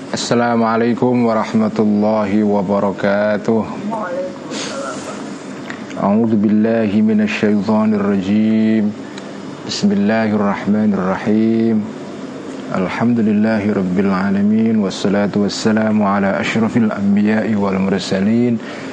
Assalamualaikum warahmatullahi wabarakatuh. A'udzu billahi minasyaitonir rajim. Bismillahirrahmanirrahim. Alhamdulillahi rabbil alamin wassalatu wassalamu ala asyrafil anbiya'i wal mursalin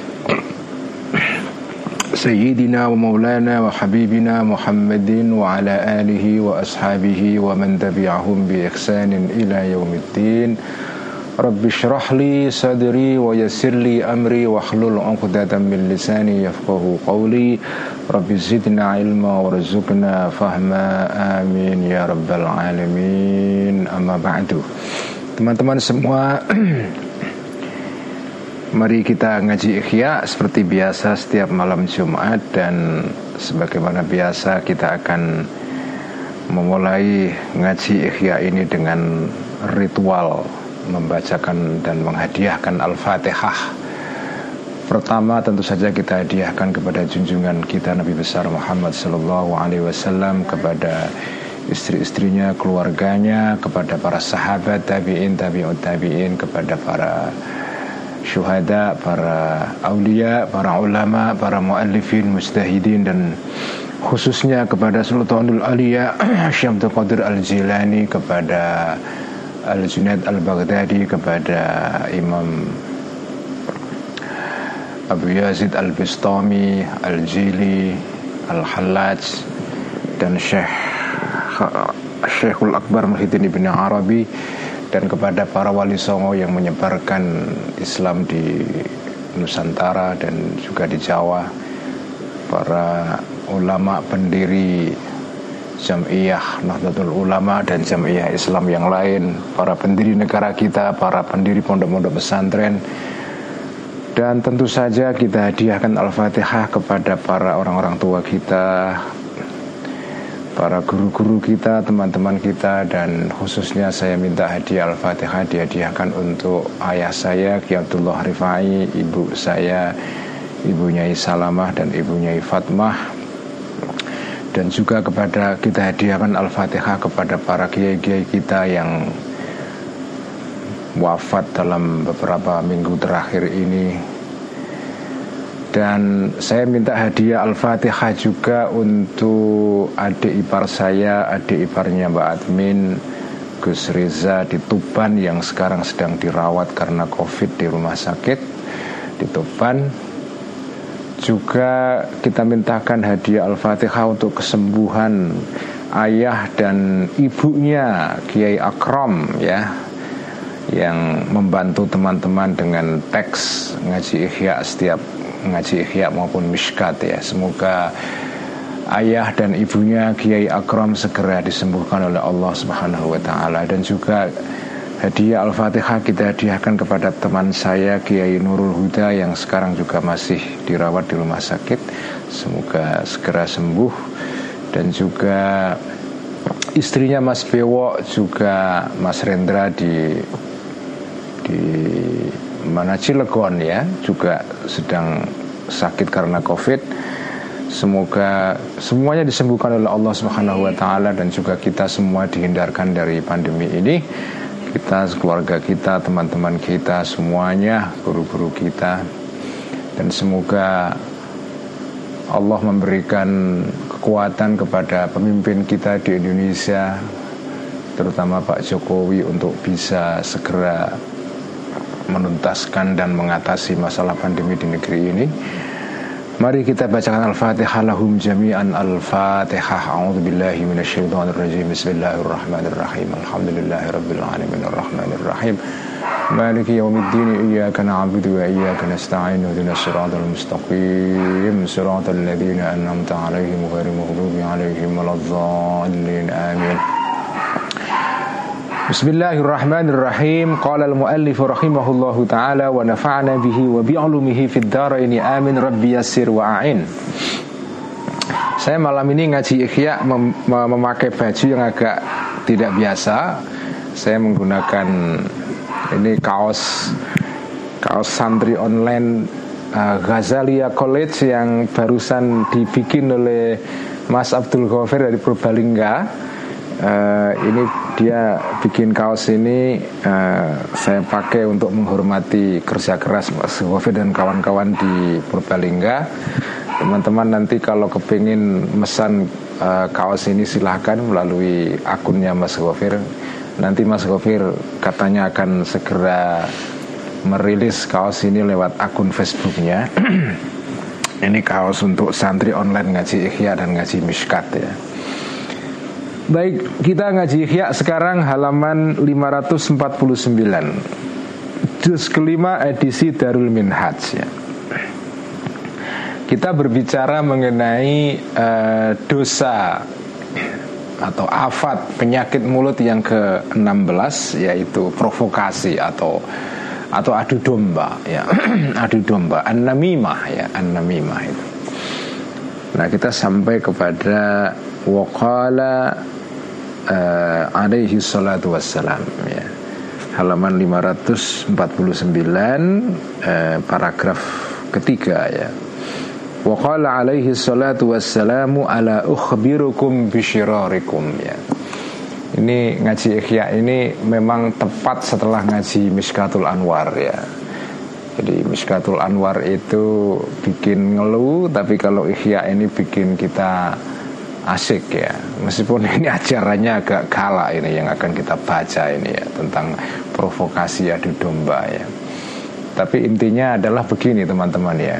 Sayyidina wa maulana wa habibina Muhammadin wa ala alihi wa ashabihi wa man tabi'ahum bi ihsanin ila yaumiddin. Rabbi shrah li sadri wa yassir li amri wa hlul 'uqdatam min lisani yafqahu qawli. Rabbi zidna ilma warzuqna fahma, amin ya rabbal alamin. Amma ba'du. Teman-teman semua, mari kita ngaji Ikhya seperti biasa setiap malam Jumat. Dan sebagaimana biasa kita akan memulai ngaji Ikhya ini dengan ritual membacakan dan menghadiahkan Al-Fatihah. Pertama tentu saja kita hadiahkan kepada junjungan kita Nabi besar Muhammad sallallahu alaihi wasallam, kepada istri-istrinya, keluarganya, kepada para sahabat, tabi'in, tabi'ut tabi'in, kepada para syuhada, para aulia, para ulama, para muallifin, mujtahidin, dan khususnya kepada Sultanul Auliya Syekh Abdul Qadir Al-Jilani, kepada Al-Junaid Al-Baghdadi, kepada Imam Abu Yazid Al-Bistami, Al-Jili, Al-Hallaj, dan Syekhul Akbar Muhyiddin Ibn Arabi, dan kepada para wali songo yang menyebarkan Islam di Nusantara dan juga di Jawa, para ulama pendiri Jam'iyah Nahdlatul Ulama dan Jam'iyah Islam yang lain, para pendiri negara kita, para pendiri pondok-pondok pesantren. Dan tentu saja kita hadiahkan Al-Fatihah kepada para orang-orang tua kita, para guru-guru kita, teman-teman kita. Dan khususnya saya minta hadiah Al-Fatihah dihadiahkan untuk ayah saya Ki Abdullah Rifai, ibu saya Ibu Nyai Salamah dan Ibu Nyai Fatmah. Dan juga kepada kita hadiahkan Al-Fatihah kepada para kiai-kiai kita yang wafat dalam beberapa minggu terakhir ini. Dan saya minta hadiah Al-Fatihah juga untuk adik ipar saya, adik iparnya Mbak Admin, Gus Reza di Tuban, yang sekarang sedang dirawat karena COVID di rumah sakit di Tuban. Juga kita mintakan hadiah Al-Fatihah untuk kesembuhan ayah dan ibunya Kiai Akram, ya, yang membantu teman-teman dengan teks ngaji Ikhya, setiap ngaji Ikhya maupun Mishkat, ya. Semoga ayah dan ibunya Kiai Akram segera disembuhkan oleh Allah Subhanahu wa taala. Dan juga hadiah Al-Fatihah kita hadiahkan kepada teman saya Kiai Nurul Huda yang sekarang juga masih dirawat di rumah sakit. Semoga segera sembuh. Dan juga istrinya Mas Bewo, juga Mas Rendra di mana Cilegon, ya, juga sedang sakit karena COVID. Semoga semuanya disembuhkan oleh Allah Subhanahu wa taala, dan juga kita semua dihindarkan dari pandemi ini. Kita, keluarga kita, teman-teman kita semuanya, guru-guru kita. Dan semoga Allah memberikan kekuatan kepada pemimpin kita di Indonesia, terutama Pak Jokowi, untuk bisa segera menuntaskan dan mengatasi masalah pandemi di negeri ini. Mari kita bacakan Al-Fatihah lahum jami'an. Al-Fatihah. A'udzubillahi minasyaitonir rajim. Bismillahirrahmanirrahim. Alhamdulillahi rabbil alamin arrahmanir rahim. Maliki yaumiddin. Iyyaka na'budu wa iyyaka nasta'in. Ihdinas siratal mustaqim. Siratal ladzina an'amta 'alaihim ghairil maghdubi 'alaihim waladdallin. Amin. Bismillahirrahmanirrahim. Qala al-muallif rahimahullahu ta'ala wa nafa'ana bihi wa bi'ulumihi fid dharaini amin. Rabbi yassir wa a'in. Saya malam ini ngaji Ikhya memakai baju yang agak tidak biasa. Saya menggunakan ini kaos santri online Ghazalia College yang barusan dibikin oleh Mas Abdul Ghaffir dari Purbalingga. Ini dia bikin kaos ini saya pakai untuk menghormati kerja keras Mas Ghafir dan kawan-kawan di Purbalingga. Teman-teman nanti kalau kepingin mesan kaos ini silahkan melalui akunnya Mas Ghafir. Nanti Mas Ghafir katanya akan segera merilis kaos ini lewat akun Facebooknya. Ini kaos untuk santri online ngaji Ihya dan ngaji Mishkat ya. Baik, kita ngaji Ihya sekarang halaman 549, juz kelima edisi Darul Minhaj ya. Kita berbicara mengenai dosa atau afat penyakit mulut yang ke-16, yaitu provokasi atau adu domba ya. Adu domba, an-namimah ya, an-namimah itu. Nah, kita sampai kepada waqala alaihi salatu wassalam ya. Halaman 549 paragraf ketiga ya. Wa qala alaihi salatu wassalamu ala ukhbirukum bisyirarikum ya. Ini ngaji Ihya ini memang tepat setelah ngaji Mishkatul Anwar ya. Jadi Mishkatul Anwar itu bikin ngeluh, tapi kalau Ihya ini bikin kita asik ya. Meskipun ini ajarannya agak galak ini yang akan kita baca ini ya, tentang provokasi adu domba ya. Tapi intinya adalah begini teman-teman ya.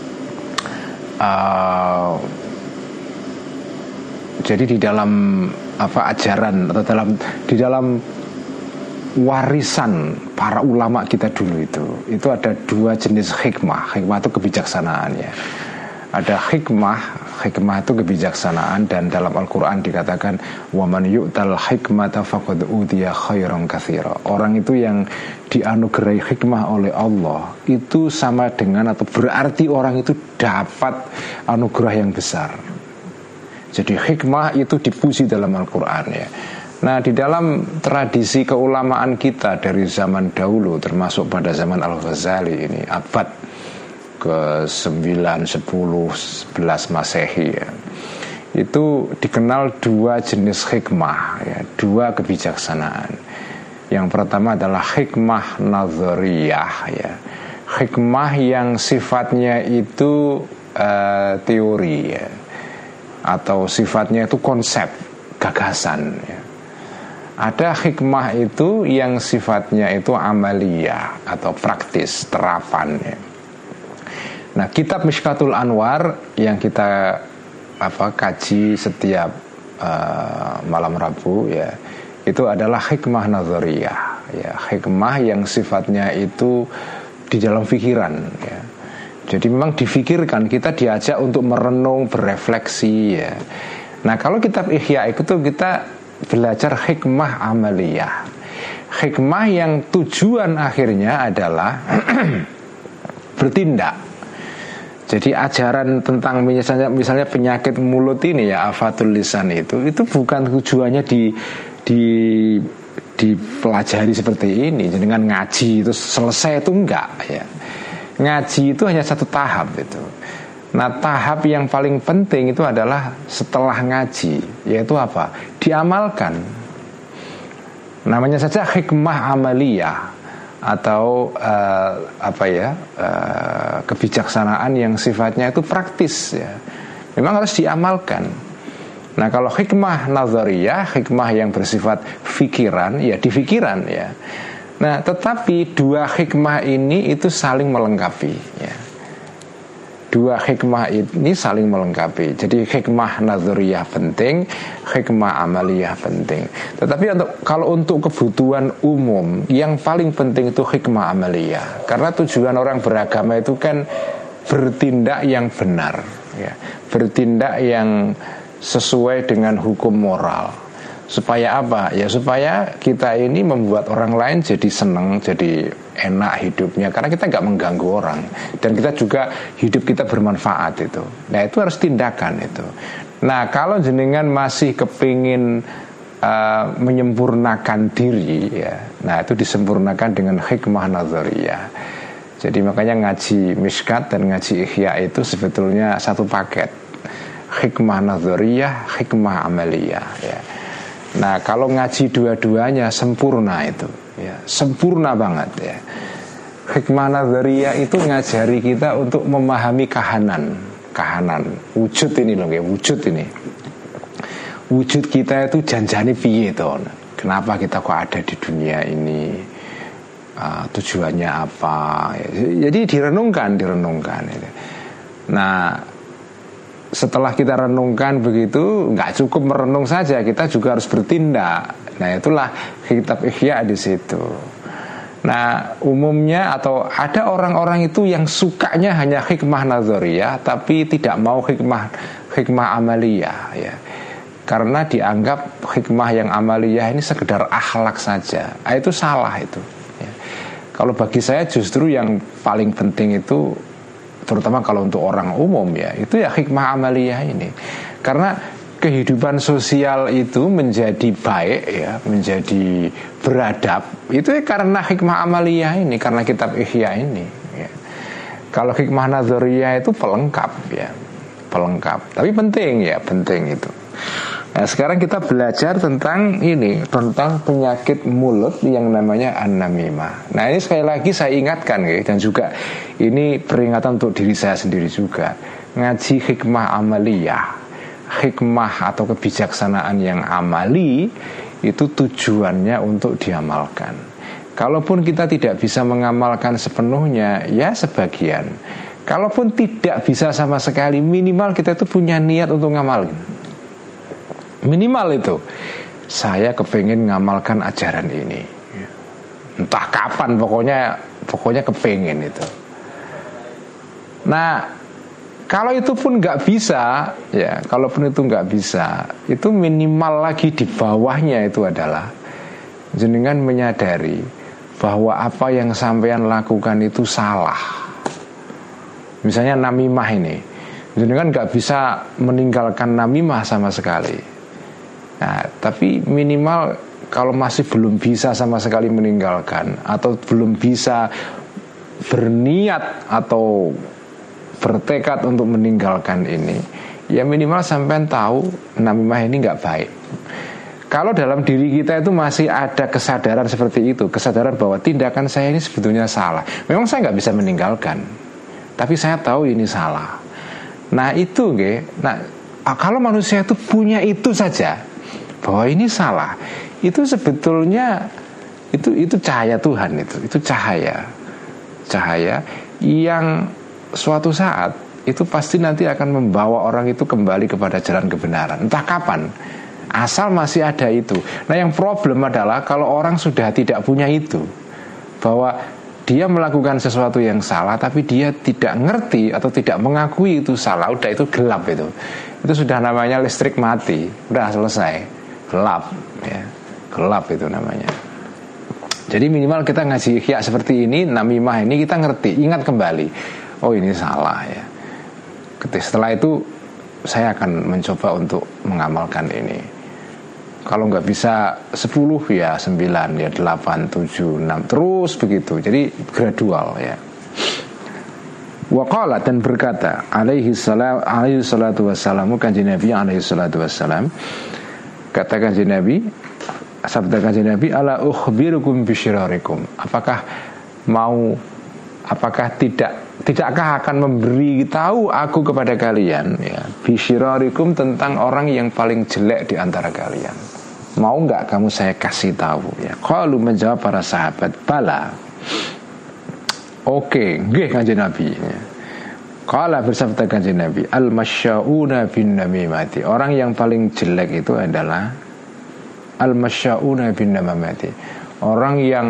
Jadi di dalam ajaran atau di dalam warisan para ulama kita dulu itu ada dua jenis hikmah. Hikmah itu kebijaksanaan ya. Ada hikmah itu kebijaksanaan, dan dalam Al-Quran dikatakan wa man yu'tal hikmata faqad utiya khairan katsira. Orang itu yang dianugerahi hikmah oleh Allah itu sama dengan atau berarti orang itu dapat anugerah yang besar. Jadi hikmah itu dipuji dalam Al-Quran ya. Nah, di dalam tradisi keulamaan kita dari zaman dahulu, termasuk pada zaman Al-Ghazali ini abad ke-9, 10, 11 Masehi ya, itu dikenal dua jenis hikmah ya, dua kebijaksanaan. Yang pertama adalah hikmah nazariyah ya, hikmah yang sifatnya itu teori ya, atau sifatnya itu konsep, gagasan ya. Ada hikmah itu yang sifatnya itu amaliyah atau praktis, terapan ya. Nah, kitab Mishkatul Anwar yang kita kaji setiap malam Rabu ya, itu adalah hikmah nazariyah ya, hikmah yang sifatnya itu di dalam pikiran ya. Jadi memang difikirkan, kita diajak untuk merenung, berefleksi ya. Nah, kalau kitab Ihya itu kita belajar hikmah amaliyah, hikmah yang tujuan akhirnya adalah bertindak. Jadi ajaran tentang misalnya penyakit mulut ini ya, afatul lisan itu bukan tujuannya dipelajari seperti ini. Jadi dengan ngaji itu selesai, itu enggak ya. Ngaji itu hanya satu tahap itu. Nah, tahap yang paling penting itu adalah setelah ngaji, yaitu apa? Diamalkan. Namanya saja hikmah amaliyah atau kebijaksanaan yang sifatnya itu praktis ya. Memang harus diamalkan. Nah, kalau hikmah nazariyah, hikmah yang bersifat fikiran ya, di fikiran ya. Nah, tetapi dua hikmah ini itu saling melengkapi ya. Dua hikmah ini saling melengkapi. Jadi hikmah nazariyah penting, hikmah amaliyah penting. Tetapi kalau untuk kebutuhan umum, yang paling penting itu hikmah amaliyah. Karena tujuan orang beragama itu kan bertindak yang benar ya. Bertindak yang sesuai dengan hukum moral. Supaya apa? Ya supaya kita ini membuat orang lain jadi senang, jadi enak hidupnya, karena kita nggak mengganggu orang, dan kita juga hidup kita bermanfaat itu. Nah, itu harus tindakan itu. Nah, kalau jenengan masih kepingin menyempurnakan diri ya, nah itu disempurnakan dengan hikmah nazariyah. Jadi makanya ngaji Mishkat dan ngaji Ihya itu sebetulnya satu paket, hikmah nazariyah, hikmah amaliyah ya. Nah kalau ngaji dua-duanya sempurna itu ya, sempurna banget ya. Hikmah nadhariyah itu ngajari kita untuk memahami kahanan wujud ini loh ya, wujud kita itu janjane piye to. Kenapa kita kok ada di dunia ini, tujuannya apa ya. Jadi direnungkan ya. Nah setelah kita renungkan begitu, nggak cukup merenung saja, kita juga harus bertindak. Nah itulah kitab Ihya di situ. Nah umumnya atau ada orang-orang itu yang sukanya hanya hikmah nadhariyah tapi tidak mau hikmah amaliyah ya. Karena dianggap hikmah yang amaliyah ini sekedar akhlak saja. Itu salah itu ya. Kalau bagi saya justru yang paling penting itu, terutama kalau untuk orang umum ya, itu ya hikmah amaliyah ini. Karena kehidupan sosial itu menjadi baik ya, menjadi beradab, itu ya karena hikmah amaliyah ini, karena kitab Ihya ini ya. Kalau hikmah nadhariyah itu pelengkap ya, pelengkap. Tapi penting ya, penting itu. Nah sekarang kita belajar tentang ini, tentang penyakit mulut yang namanya an-namimah. Nah ini sekali lagi saya ingatkan ya, dan juga ini peringatan untuk diri saya sendiri juga. Ngaji hikmah amaliyah, hikmah atau kebijaksanaan yang amali, itu tujuannya untuk diamalkan. Kalaupun kita tidak bisa mengamalkan sepenuhnya, ya sebagian. Kalaupun tidak bisa sama sekali, minimal kita itu punya niat untuk ngamalin. Minimal itu, saya kepengen ngamalkan ajaran ini. Entah kapan, pokoknya kepengen itu. Nah, kalau itu pun nggak bisa, ya, kalaupun itu nggak bisa, itu minimal lagi di bawahnya itu adalah jenengan menyadari bahwa apa yang sampean lakukan itu salah. Misalnya namimah ini, jenengan nggak bisa meninggalkan namimah sama sekali. Nah, tapi minimal kalau masih belum bisa sama sekali meninggalkan, atau belum bisa berniat atau bertekad untuk meninggalkan ini, ya minimal sampean tahu namimah ini nggak baik. Kalau dalam diri kita itu masih ada kesadaran seperti itu, kesadaran bahwa tindakan saya ini sebetulnya salah, memang saya nggak bisa meninggalkan, tapi saya tahu ini salah. Nah itu kalau manusia itu punya itu saja, bahwa ini salah, itu sebetulnya itu cahaya Tuhan, itu cahaya yang suatu saat itu pasti nanti akan membawa orang itu kembali kepada jalan kebenaran, entah kapan, asal masih ada itu. Nah yang problem adalah kalau orang sudah tidak punya itu, bahwa dia melakukan sesuatu yang salah tapi dia tidak ngerti atau tidak mengakui itu salah, udah itu gelap, itu sudah namanya listrik mati, udah selesai, gelap ya, gelap itu namanya. Jadi minimal kita ngaji Ihya seperti ini, namimah ini kita ngerti, ingat kembali, oh ini salah ya. Setelah itu saya akan mencoba untuk mengamalkan ini. Kalau nggak bisa 10 ya 9 ya 8 7 6 terus begitu. Jadi gradual ya. Waqala, dan berkata alaihi salatu wassalamu, kanjeng Nabi alaihi salatu wassalam, kata kanjeng Nabi, sabda kanjeng Nabi, ala ukhbirukum bisyirarikum, tidakkah akan memberi tahu aku kepada kalian ya, bisyirarikum, tentang orang yang paling jelek di antara kalian. Mau enggak kamu saya kasih tahu ya? Qalu, menjawab para sahabat, bala. Oke, nggih kanjeng Nabi ya. Qala, bersabda kanjeng Nabi, al-masya'una bin namimati, orang yang paling jelek itu adalah al-masya'una bin namimati, orang yang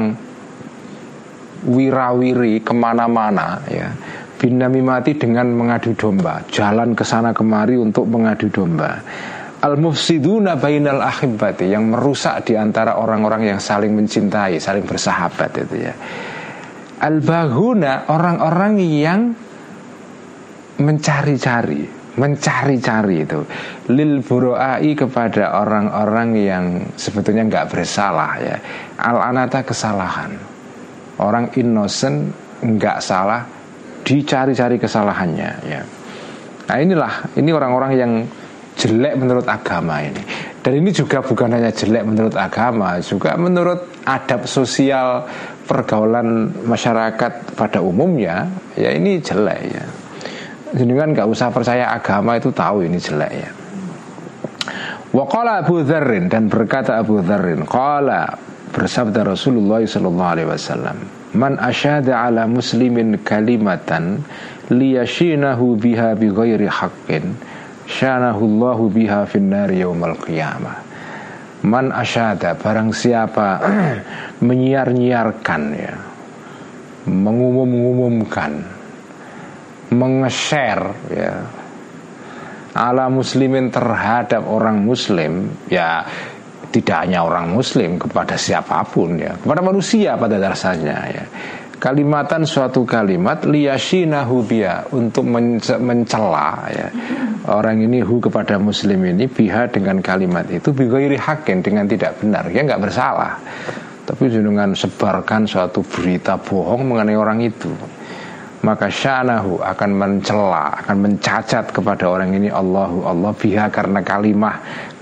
wirawiri kemana-mana ya, bin namimati, dengan mengadu domba, jalan ke sana kemari untuk mengadu domba. Al-mufsiduna bainal ahibbati, yang merusak di antara orang-orang yang saling mencintai, saling bersahabat itu ya. Al-baghuna, orang-orang yang mencari-cari itu, lil buro'ai, kepada orang-orang yang sebetulnya nggak bersalah ya. Al-anata, kesalahan, orang innocent nggak salah dicari-cari kesalahannya ya. Nah ini orang-orang yang jelek menurut agama ini. Dan ini juga bukan hanya jelek menurut agama, juga menurut adab sosial pergaulan masyarakat pada umumnya, ya ini jelek ya. Jadi kan gak usah percaya agama itu tahu ini jelek ya. Wa qala Abu Dzarrin, dan berkata Abu Dzarrin, qala, bersabda Rasulullah sallallahu alaihi wasallam, man asyada ala muslimin kalimatan liyashinahu biha bighairi haqqin syanahullahu biha finnari yaumal qiyamah. Man asyada, barang siapa menyiar-nyiarkan ya, mengumumkan, menge-share ya, ala muslimin, terhadap orang muslim, ya tidak hanya orang muslim, kepada siapapun ya, kepada manusia pada dasarnya ya, kalimatan, suatu kalimat, liyashinahu biha, untuk mencela ya orang ini, hu, kepada muslim ini, biha, dengan kalimat itu, bighairi haqqin, dengan tidak benar, ya nggak bersalah, tapi dengan sebarkan suatu berita bohong mengenai orang itu, maka syanahu, akan mencela, akan mencacat kepada orang ini Allah biha, karena kalimah,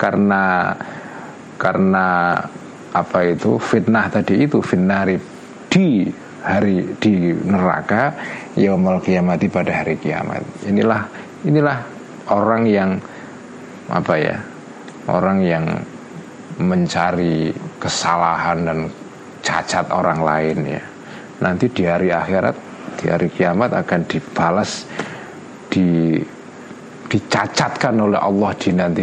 karena apa itu, fitnah tadi itu, finnari, di neraka, yaumul qiyamati, pada hari kiamat. Inilah orang yang apa ya, orang yang mencari kesalahan dan cacat orang lain ya, nanti di hari akhirat, di hari kiamat akan dibalas, dicacatkan oleh Allah nanti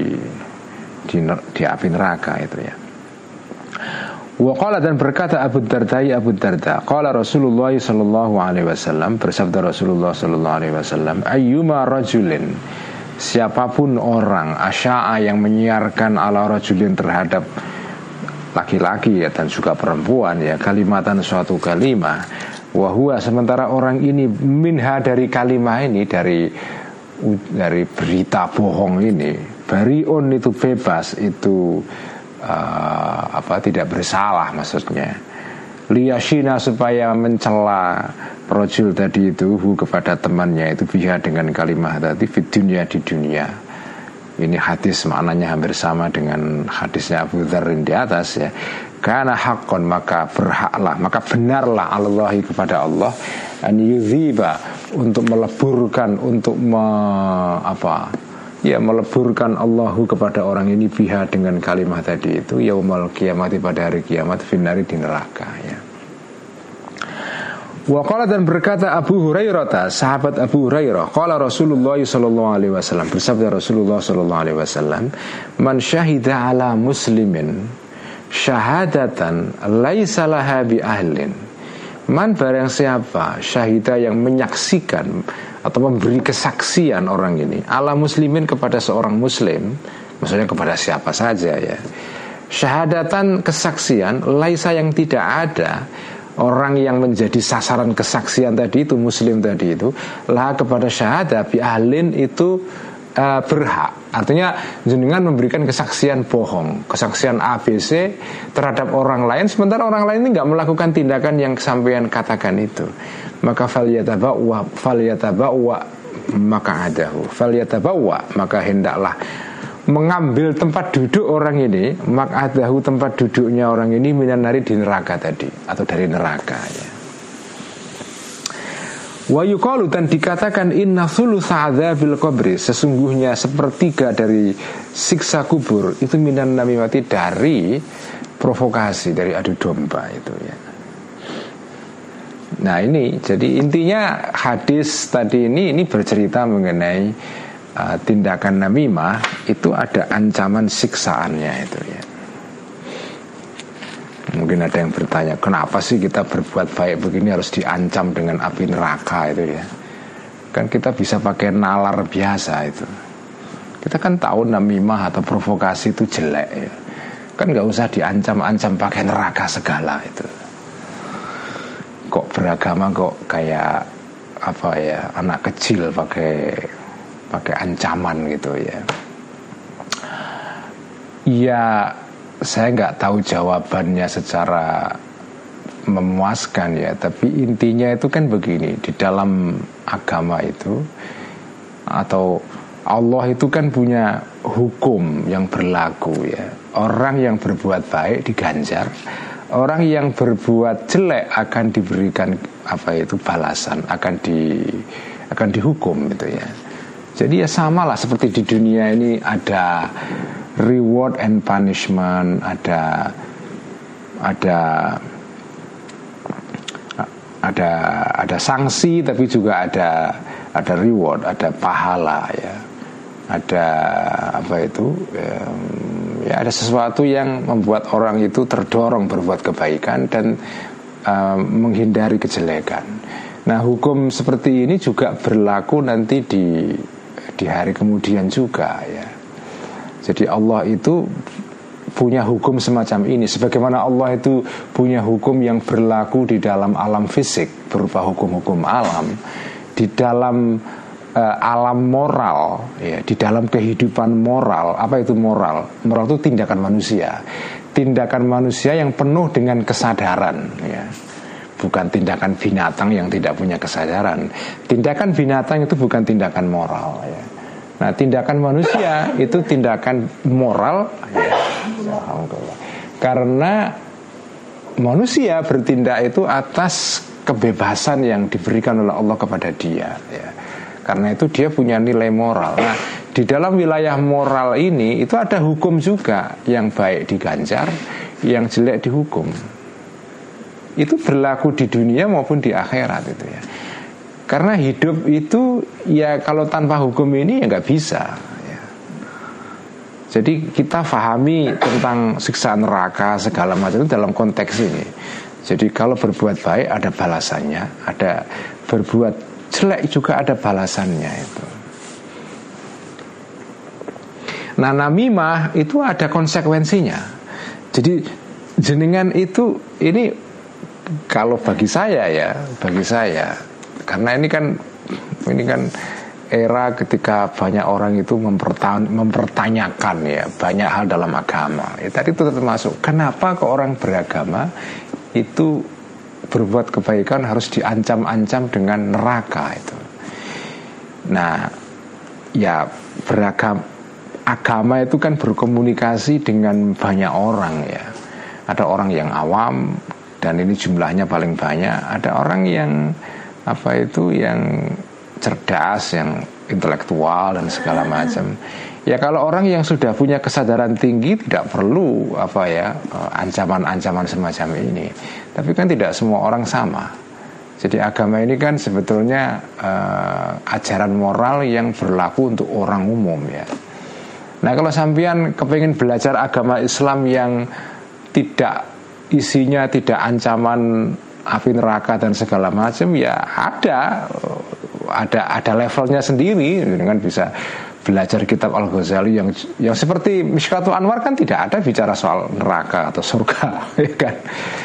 di api neraka itu ya. Wa qala, dan berkata Abu Darda, qala Rasulullah sallallahu alaihi wasallam, bersabda Rasulullah sallallahu alaihi wasallam, ayyuma rajulin, siapapun orang, asya'a, yang menyiarkan ala rajulin, terhadap laki-laki ya, dan juga perempuan ya, kalimatan, suatu kalimah, wahua, sementara orang ini, minha, dari kalimah ini, dari berita bohong ini, bariun, itu bebas, itu tidak bersalah maksudnya, liyashina, supaya mencela rajul tadi itu, hu, kepada temannya itu, biha, dengan kalimah tadi, di dunia. Ini hadis maknanya hampir sama dengan hadisnya Abu Dzarrin di atas ya. Karena haqqon, maka berhaklah, maka benarlah, Allahi, kepada Allah, an yudhiba, untuk meleburkan, untuk meleburkan Allahu, kepada orang ini, biha, dengan kalimah tadi itu, yaumul qiyamati, pada hari kiamat, finnari, di neraka ya. Wa qala, dan berkata Abu Hurairah, sahabat Abu Hurairah, qala Rasulullah sallallahu alaihi wasallam, bersabda Rasulullah sallallahu alaihi wasallam, man syahida ala muslimin syahadatan laisa laha bi ahlin, man, barang siapa, syahida, yang menyaksikan atau memberi kesaksian orang ini, ala muslimin, kepada seorang muslim, maksudnya kepada siapa saja ya, syahadatan, kesaksian, laisa, yang tidak ada, orang yang menjadi sasaran kesaksian tadi itu, muslim tadi itu, lah, kepada syahadah bi ahlin, itu berhak. Artinya jenengan memberikan kesaksian bohong, kesaksian ABC terhadap orang lain, sementara orang lain ini nggak melakukan tindakan yang sampean katakan itu, maka falyatabawwa maka hendaklah mengambil tempat duduk orang ini, maq'adahu, tempat duduknya orang ini, minan nari, di neraka tadi, atau dari neraka ya. Wa yuqalu, dan dikatakan, inna thulutsa adzabil qabri, sesungguhnya sepertiga dari siksa kubur itu, minan namimati, dari provokasi, dari adu domba itu ya. Nah ini, jadi intinya hadis tadi ini bercerita mengenai tindakan namimah itu ada ancaman siksaannya itu ya. Mungkin ada yang bertanya, kenapa sih kita berbuat baik begini harus diancam dengan api neraka itu ya? Kan kita bisa pakai nalar biasa itu. Kita kan tahu namimah atau provokasi itu jelek ya. Kan nggak usah diancam-ancam pakai neraka segala itu. Kok beragama kok kayak apa ya, anak kecil pakai ancaman gitu ya. Ya, saya nggak tahu jawabannya secara memuaskan ya, tapi intinya itu kan begini, di dalam agama itu, atau Allah itu kan punya hukum yang berlaku ya. Orang yang berbuat baik diganjar, orang yang berbuat jelek akan diberikan balasan, akan dihukum gitu ya. Jadi ya samalah seperti di dunia ini ada reward and punishment, ada sanksi, tapi juga ada reward, ada pahala ya. Ada ada sesuatu yang membuat orang itu terdorong berbuat kebaikan dan menghindari kejelekan. Nah, hukum seperti ini juga berlaku nanti di hari kemudian juga ya. Jadi Allah itu punya hukum semacam ini, sebagaimana Allah itu punya hukum yang berlaku di dalam alam fisik berupa hukum-hukum alam, di dalam alam moral ya, di dalam kehidupan moral. Apa itu moral? Moral itu tindakan manusia yang penuh dengan kesadaran ya. Bukan tindakan binatang yang tidak punya kesadaran. Tindakan binatang itu bukan tindakan moral ya. Nah, tindakan manusia itu tindakan moral ya. Karena manusia bertindak itu atas kebebasan yang diberikan oleh Allah kepada dia ya. Karena itu dia punya nilai moral. Nah, di dalam wilayah moral ini itu ada hukum juga. Yang baik diganjar, yang jelek dihukum. Itu berlaku di dunia maupun di akhirat itu ya. Karena hidup itu ya kalau tanpa hukum ini ya nggak bisa ya. Jadi kita fahami tentang siksa neraka segala macam itu dalam konteks ini. Jadi kalau berbuat baik ada balasannya, ada berbuat jelek juga ada balasannya itu. Nah, namimah itu ada konsekuensinya. Jadi jenengan itu ini kalau bagi saya karena ini kan era ketika banyak orang itu mempertanyakan ya banyak hal dalam agama. Ya, tadi itu termasuk kenapa ke orang beragama itu berbuat kebaikan harus diancam-ancam dengan neraka itu. Nah, ya agama itu kan berkomunikasi dengan banyak orang ya. Ada orang yang awam dan ini jumlahnya paling banyak. Ada orang yang yang cerdas, yang intelektual dan segala macam. Ya kalau orang yang sudah punya kesadaran tinggi tidak perlu ancaman-ancaman semacam ini. Tapi kan tidak semua orang sama. Jadi agama ini kan sebetulnya ajaran moral yang berlaku untuk orang umum ya. Nah kalau sampean kepingin belajar agama Islam yang tidak isinya tidak ancaman api neraka dan segala macam ya ada levelnya sendiri. Dengan bisa belajar kitab Al-Ghazali yang seperti Mishkatul Anwar kan tidak ada bicara soal neraka atau surga ya kan.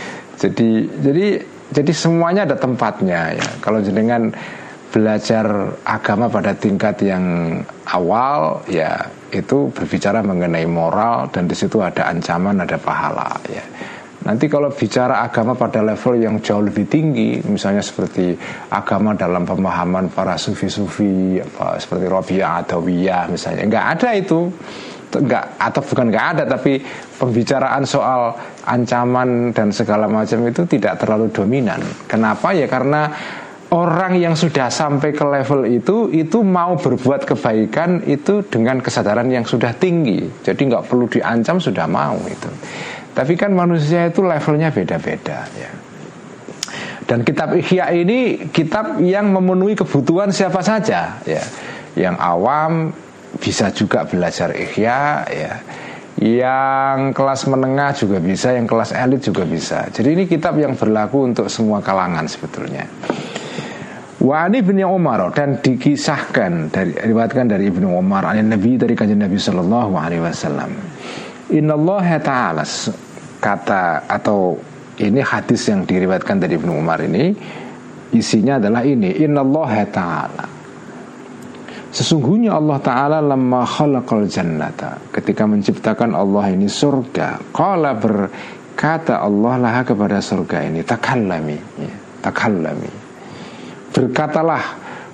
Jadi semuanya ada tempatnya ya. Kalau jenengan belajar agama pada tingkat yang awal ya itu berbicara mengenai moral dan di situ ada ancaman, ada pahala ya. Nanti kalau bicara agama pada level yang jauh lebih tinggi, misalnya seperti agama dalam pemahaman para sufi-sufi seperti Rabi'ah Adawiyah misalnya, nggak ada itu. Bukan nggak ada, tapi pembicaraan soal ancaman dan segala macam itu tidak terlalu dominan. Kenapa? Ya karena orang yang sudah sampai ke level itu mau berbuat kebaikan itu dengan kesadaran yang sudah tinggi. Jadi nggak perlu diancam sudah mau itu. Tapi kan manusia itu levelnya beda-beda ya. Dan kitab Ihya ini kitab yang memenuhi kebutuhan siapa saja ya. Yang awam bisa juga belajar Ihya ya. Yang kelas menengah juga bisa, yang kelas elit juga bisa. Jadi ini kitab yang berlaku untuk semua kalangan sebetulnya. Wa ani bin Umar, dan dikisahkan diriwayatkan dari Ibnu Umar Nabi dari kanjeng Nabi sallallahu alaihi wasallam. Innallaha ta'ala, kata atau ini hadis yang diriwayatkan dari Ibnu Umar ini isinya adalah ini, innallaha ta'ala, sesungguhnya Allah Ta'ala lamma khalaqal jannata, ketika menciptakan Allah ini surga, qala, berkata Allah laha kepada surga ini, takallami ya, takallami, berkatalah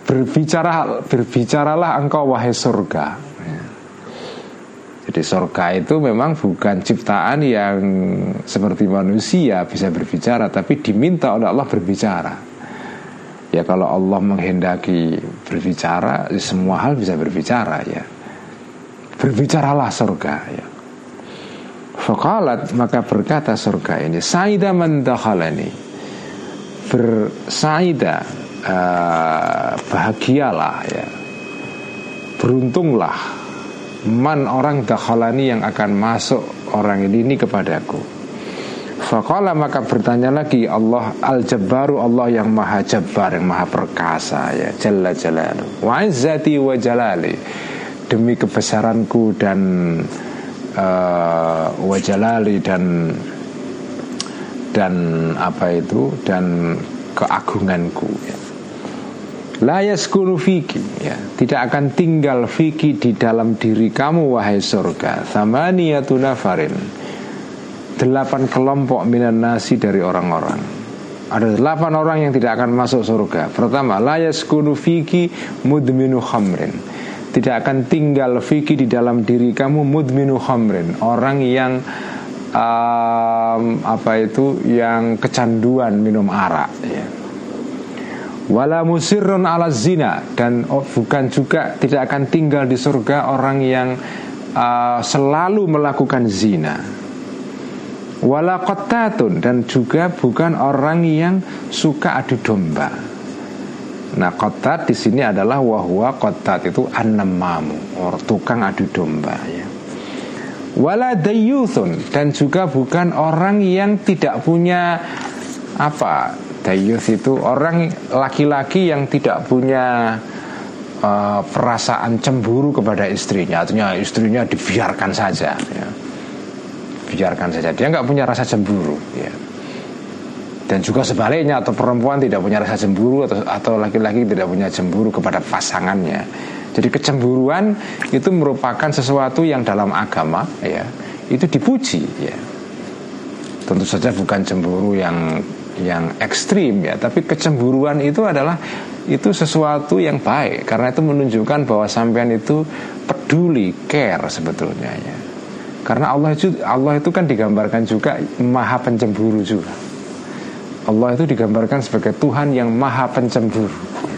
Berbicaralah engkau wahai surga. Jadi surga itu memang bukan ciptaan yang seperti manusia bisa berbicara, tapi diminta oleh Allah berbicara. Ya kalau Allah menghendaki berbicara, semua hal bisa berbicara ya. Berbicaralah surga ya. Faqalat, maka berkata surga ini, Saida man dakhalani, bersaida, bahagialah ya, beruntunglah man orang dakhalani yang akan masuk orang ini kepadaku. Faqala, maka bertanya lagi Allah al-jabbaru, Allah yang maha jabbar, yang maha perkasa ya, jalla jalaluhu, wa izzati wa jalali, demi kebesaranku dan wa jalali dan apa itu, dan keagunganku ya. La yaskunu fiki ya, tidak akan tinggal fiki di dalam diri kamu wahai surga, thamaniyatu nafarin, 8 kelompok minan nasi dari orang-orang. Ada 8 orang yang tidak akan masuk surga. Pertama, la yaskunu fiki mudminu khamrin, tidak akan tinggal fiki di dalam diri kamu mudminu khamrin, orang yang yang kecanduan minum arak ya. Wala musirrun ala zina, dan bukan juga tidak akan tinggal di surga orang yang selalu melakukan zina. Wala qattatun, dan juga bukan orang yang suka adu domba. Nah, qattat di sini adalah wahwa qattat itu an-namamu, tukang adu domba ya. Wala dayyuthun, dan juga bukan orang yang tidak punya dayyuth itu orang laki-laki yang tidak punya perasaan cemburu kepada istrinya, artinya istrinya dibiarkan saja ya. Biarkan saja, dia nggak punya rasa cemburu ya. Dan juga sebaliknya, atau perempuan tidak punya rasa cemburu, atau laki-laki tidak punya cemburu kepada pasangannya. Jadi kecemburuan itu merupakan sesuatu yang dalam agama ya, itu dipuji ya. Tentu saja bukan cemburu yang ekstrim ya, tapi kecemburuan itu adalah sesuatu yang baik, karena itu menunjukkan bahwa sampean itu peduli, care sebetulnya ya. Karena Allah itu kan digambarkan juga maha pencemburu juga. Allah itu digambarkan sebagai Tuhan yang maha pencemburu.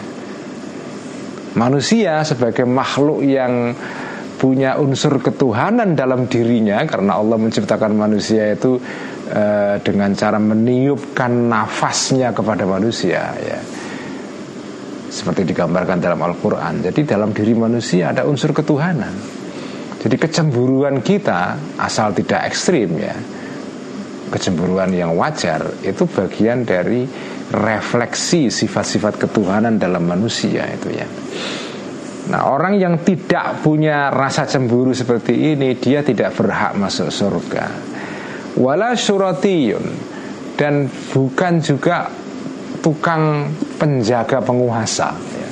Manusia sebagai makhluk yang punya unsur ketuhanan dalam dirinya, karena Allah menciptakan manusia itu dengan cara meniupkan nafasnya kepada manusia ya, seperti digambarkan dalam Al-Quran. Jadi dalam diri manusia ada unsur ketuhanan. Jadi kecemburuan kita, asal tidak ekstrim ya, kecemburuan yang wajar, itu bagian dari refleksi sifat-sifat ketuhanan dalam manusia itu ya. Nah, orang yang tidak punya rasa cemburu seperti ini, dia tidak berhak masuk surga. Wala syuratiyun, dan bukan juga tukang penjaga penguasa ya.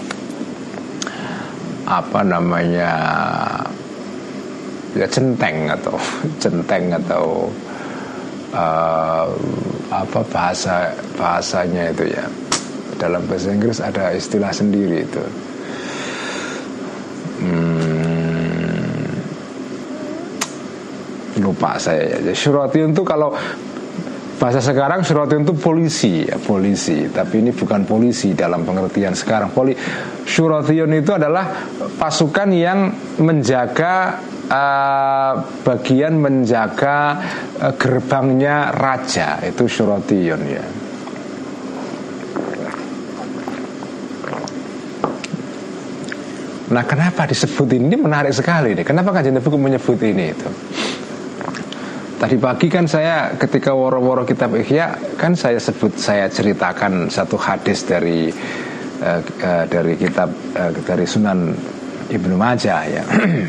Ya centeng atau bahasanya itu ya. Dalam bahasa Inggris ada istilah sendiri itu. Lupa saya ya. Syuratiyun itu kalau bahasa sekarang, syuratiyun itu polisi ya, polisi. Tapi ini bukan polisi dalam pengertian sekarang. Syuratiyun itu adalah pasukan yang menjaga bagian menjaga gerbangnya raja, itu syuratiyun ya. Nah, kenapa disebut ini menarik sekali nih. Kenapa Kanjeng Nabi menyebut ini itu? Tadi pagi kan saya ketika woro-woro kitab Ihya kan saya ceritakan satu hadis dari kitab dari Sunan Ibnu Majah ya.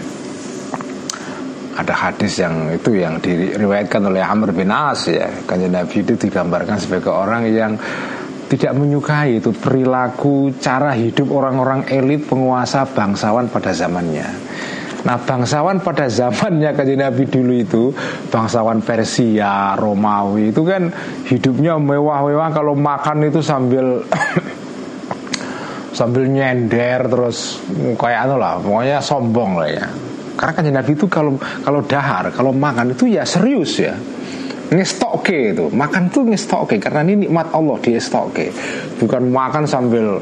Ada hadis yang diriwayatkan oleh Amr bin As ya. Kanjeng Nabi itu digambarkan sebagai orang yang tidak menyukai itu perilaku cara hidup orang-orang elit penguasa bangsawan pada zamannya. Nah, bangsawan pada zamannya Kanjeng Nabi dulu itu, bangsawan Persia, Romawi itu kan hidupnya mewah-mewah, kalau makan itu sambil sambil nyender terus kayak anu lah, pokoknya sombong lah ya. Karena kan Nabi itu kalau dahar, kalau makan itu ya serius ya. Ngestoke itu, makan tuh ngestoke karena ini nikmat Allah, dia stoke. Bukan makan sambil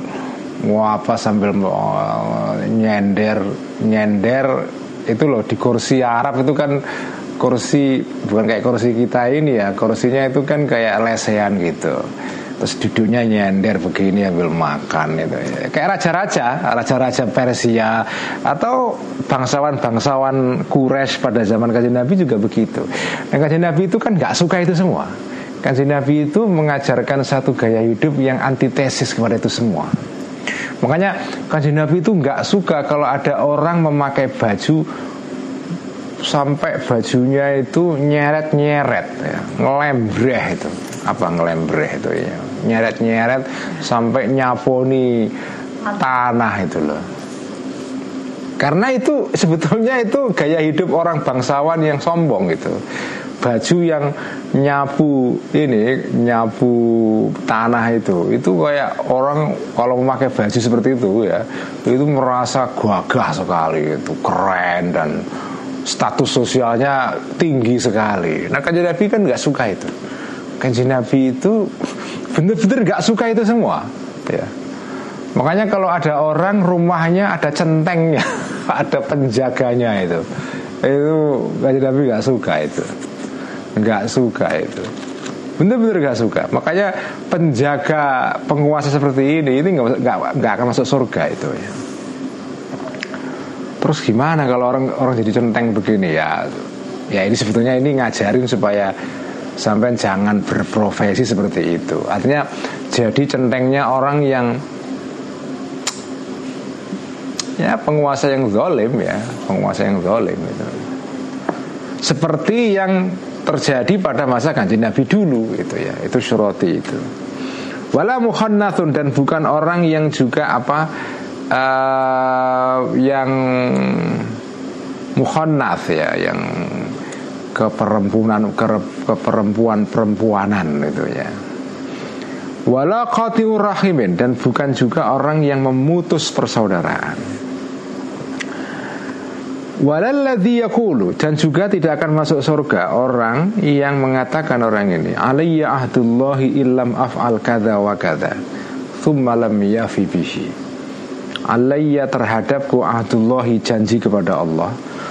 nyender itu loh. Di kursi Arab itu kan kursi bukan kayak kursi kita ini ya, kursinya itu kan kayak lesehan gitu. Terus duduknya nyender begini ambil makan itu ya. Kayak raja-raja Persia atau bangsawan Quraisy pada zaman Kanjeng Nabi juga begitu. Dan Kanjeng Nabi itu kan nggak suka itu semua. Kanjeng Nabi itu mengajarkan satu gaya hidup yang antitesis kepada itu semua. Makanya Kanjeng Nabi itu nggak suka kalau ada orang memakai baju sampai bajunya itu nyeret ya, ngelembreh itu. Apa ngelembreh itu ya, nyeret sampai nyaponi tanah itu loh. Karena itu sebetulnya itu gaya hidup orang bangsawan yang sombong gitu. Baju yang nyapu tanah itu kayak orang kalau memakai baju seperti itu ya, itu merasa gagah sekali, itu keren dan status sosialnya tinggi sekali. Nah Kanjeng Nabi kan nggak suka itu. Kanjeng Nabi itu benar-benar nggak suka itu semua ya. Makanya kalau ada orang rumahnya ada centengnya ada penjaganya itu Kanjeng Nabi nggak suka itu, benar-benar nggak suka. Makanya penjaga penguasa seperti ini nggak akan masuk surga itu ya. Terus gimana kalau orang jadi centeng begini ya ini sebetulnya ini ngajarin supaya sampai jangan berprofesi seperti itu. Artinya jadi centengnya orang yang ya penguasa yang zalim itu. Seperti yang terjadi pada masa Kanjeng Nabi dulu itu ya, itu Surati itu. Wala mukhannatsun, dan bukan orang yang juga yang mukhannats ya, yang keperempuanan itu ya. Wala qati'ur rahimin, dan bukan juga orang yang memutus persaudaraan. Walalladzi yaqulu, dan juga tidak akan masuk surga orang yang mengatakan orang ini alayya ahdullahi illam af'al kadza wa kadza thumma lam yafi bihi. Alayya, terhadapku, ahdullahi, janji kepada Allah,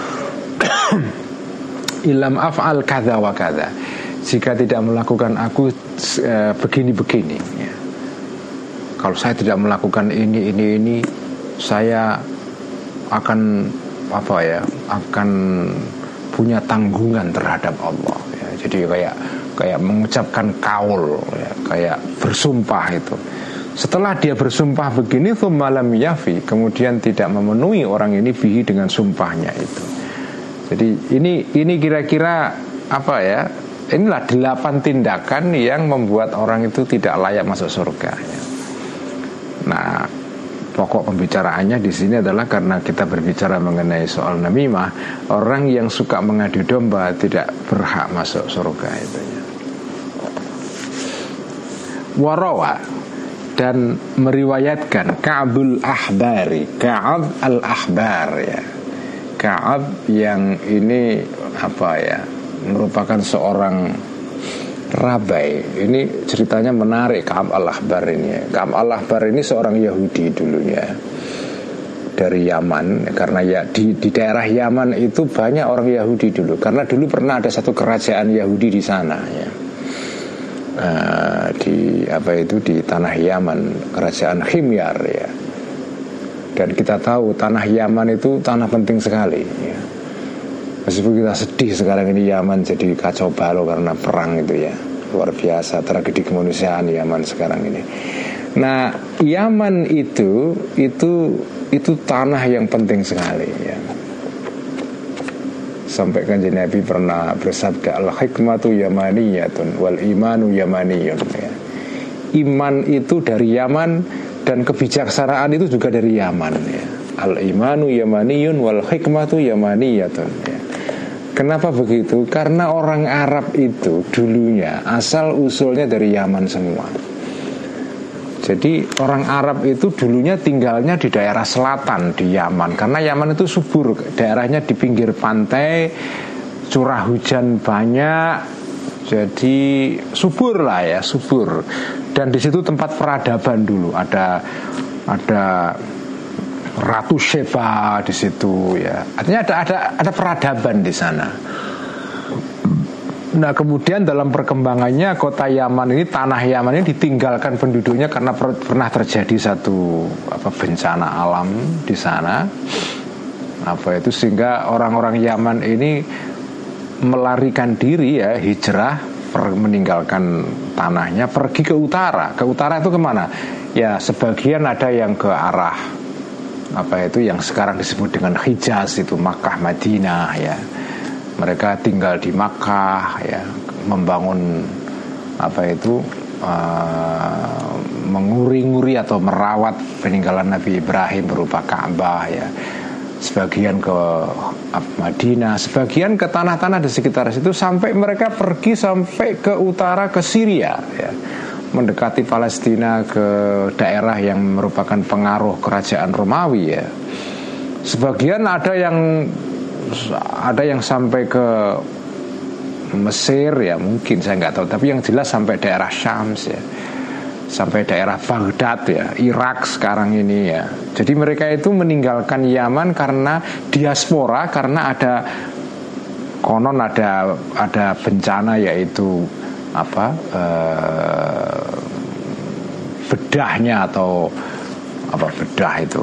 illam af'al kadza wa kadza, jika tidak melakukan aku begini-begini ya. Kalau saya tidak melakukan ini saya akan akan punya tanggungan terhadap Allah ya. Jadi kayak mengucapkan kaul ya, kayak bersumpah itu. Setelah dia bersumpah begini, tsumma lam yafi, kemudian tidak memenuhi orang ini bihi dengan sumpahnya itu. Jadi ini kira-kira inilah 8 tindakan yang membuat orang itu tidak layak masuk surga ya. Nah, pokok pembicaraannya di sini adalah karena kita berbicara mengenai soal namimah, orang yang suka mengadu domba tidak berhak masuk surga itu ya. Warawa, dan meriwayatkan Ka'ab al-Ahbar ya. Ka'ab yang ini merupakan seorang rabai. Ini ceritanya menarik. Ka'ab al-Ahbar ini ya. Ka'ab al-Ahbar ini seorang Yahudi dulunya, dari Yaman. Karena ya di daerah Yaman itu banyak orang Yahudi dulu. Karena dulu pernah ada satu kerajaan Yahudi di sana ya. Di tanah Yaman, kerajaan Himyar ya. Dan kita tahu tanah Yaman itu tanah penting sekali ya. Meskipun kita sedih sekarang ini Yaman jadi kacau balau karena perang itu ya, luar biasa tragedi kemanusiaan Yaman sekarang ini. Nah, Yaman itu tanah yang penting sekali ya. Sampai Kanjeng Nabi pernah bersabda, al-hikmatu yamaniyatun wal imanu yamaniyun ya. Iman itu dari Yaman dan kebijaksanaan itu juga dari Yaman ya. Al-imanu yamaniyun wal hikmatu yamaniyatun ya. Kenapa begitu? Karena orang Arab itu dulunya asal usulnya dari Yaman semua. Jadi orang Arab itu dulunya tinggalnya di daerah selatan di Yaman, karena Yaman itu subur, daerahnya di pinggir pantai, curah hujan banyak, jadi subur lah ya, subur. Dan di situ tempat peradaban dulu, ada Ratu Sheba di situ ya. Artinya ada peradaban di sana. Nah kemudian dalam perkembangannya kota Yaman ini, tanah Yaman ini ditinggalkan penduduknya karena pernah terjadi satu bencana alam di sana. Sehingga orang-orang Yaman ini melarikan diri ya, hijrah, meninggalkan tanahnya, pergi ke utara. Ke utara itu kemana? Ya sebagian ada yang ke arah yang sekarang disebut dengan Hijaz, itu Makkah, Madinah ya. Mereka tinggal di Makkah ya, membangun menguri-nguri atau merawat peninggalan Nabi Ibrahim berupa Ka'bah ya. Sebagian ke Madinah, sebagian ke tanah-tanah di sekitar situ, sampai mereka pergi sampai ke utara, ke Syria ya, mendekati Palestina, ke daerah yang merupakan pengaruh kerajaan Romawi ya. Sebagian ada yang sampai ke Mesir ya, mungkin saya nggak tahu, tapi yang jelas sampai daerah Syams ya, sampai daerah Baghdad ya, Irak sekarang ini ya. Jadi mereka itu meninggalkan Yaman karena diaspora, karena konon ada bencana, yaitu bedahnya atau bedah itu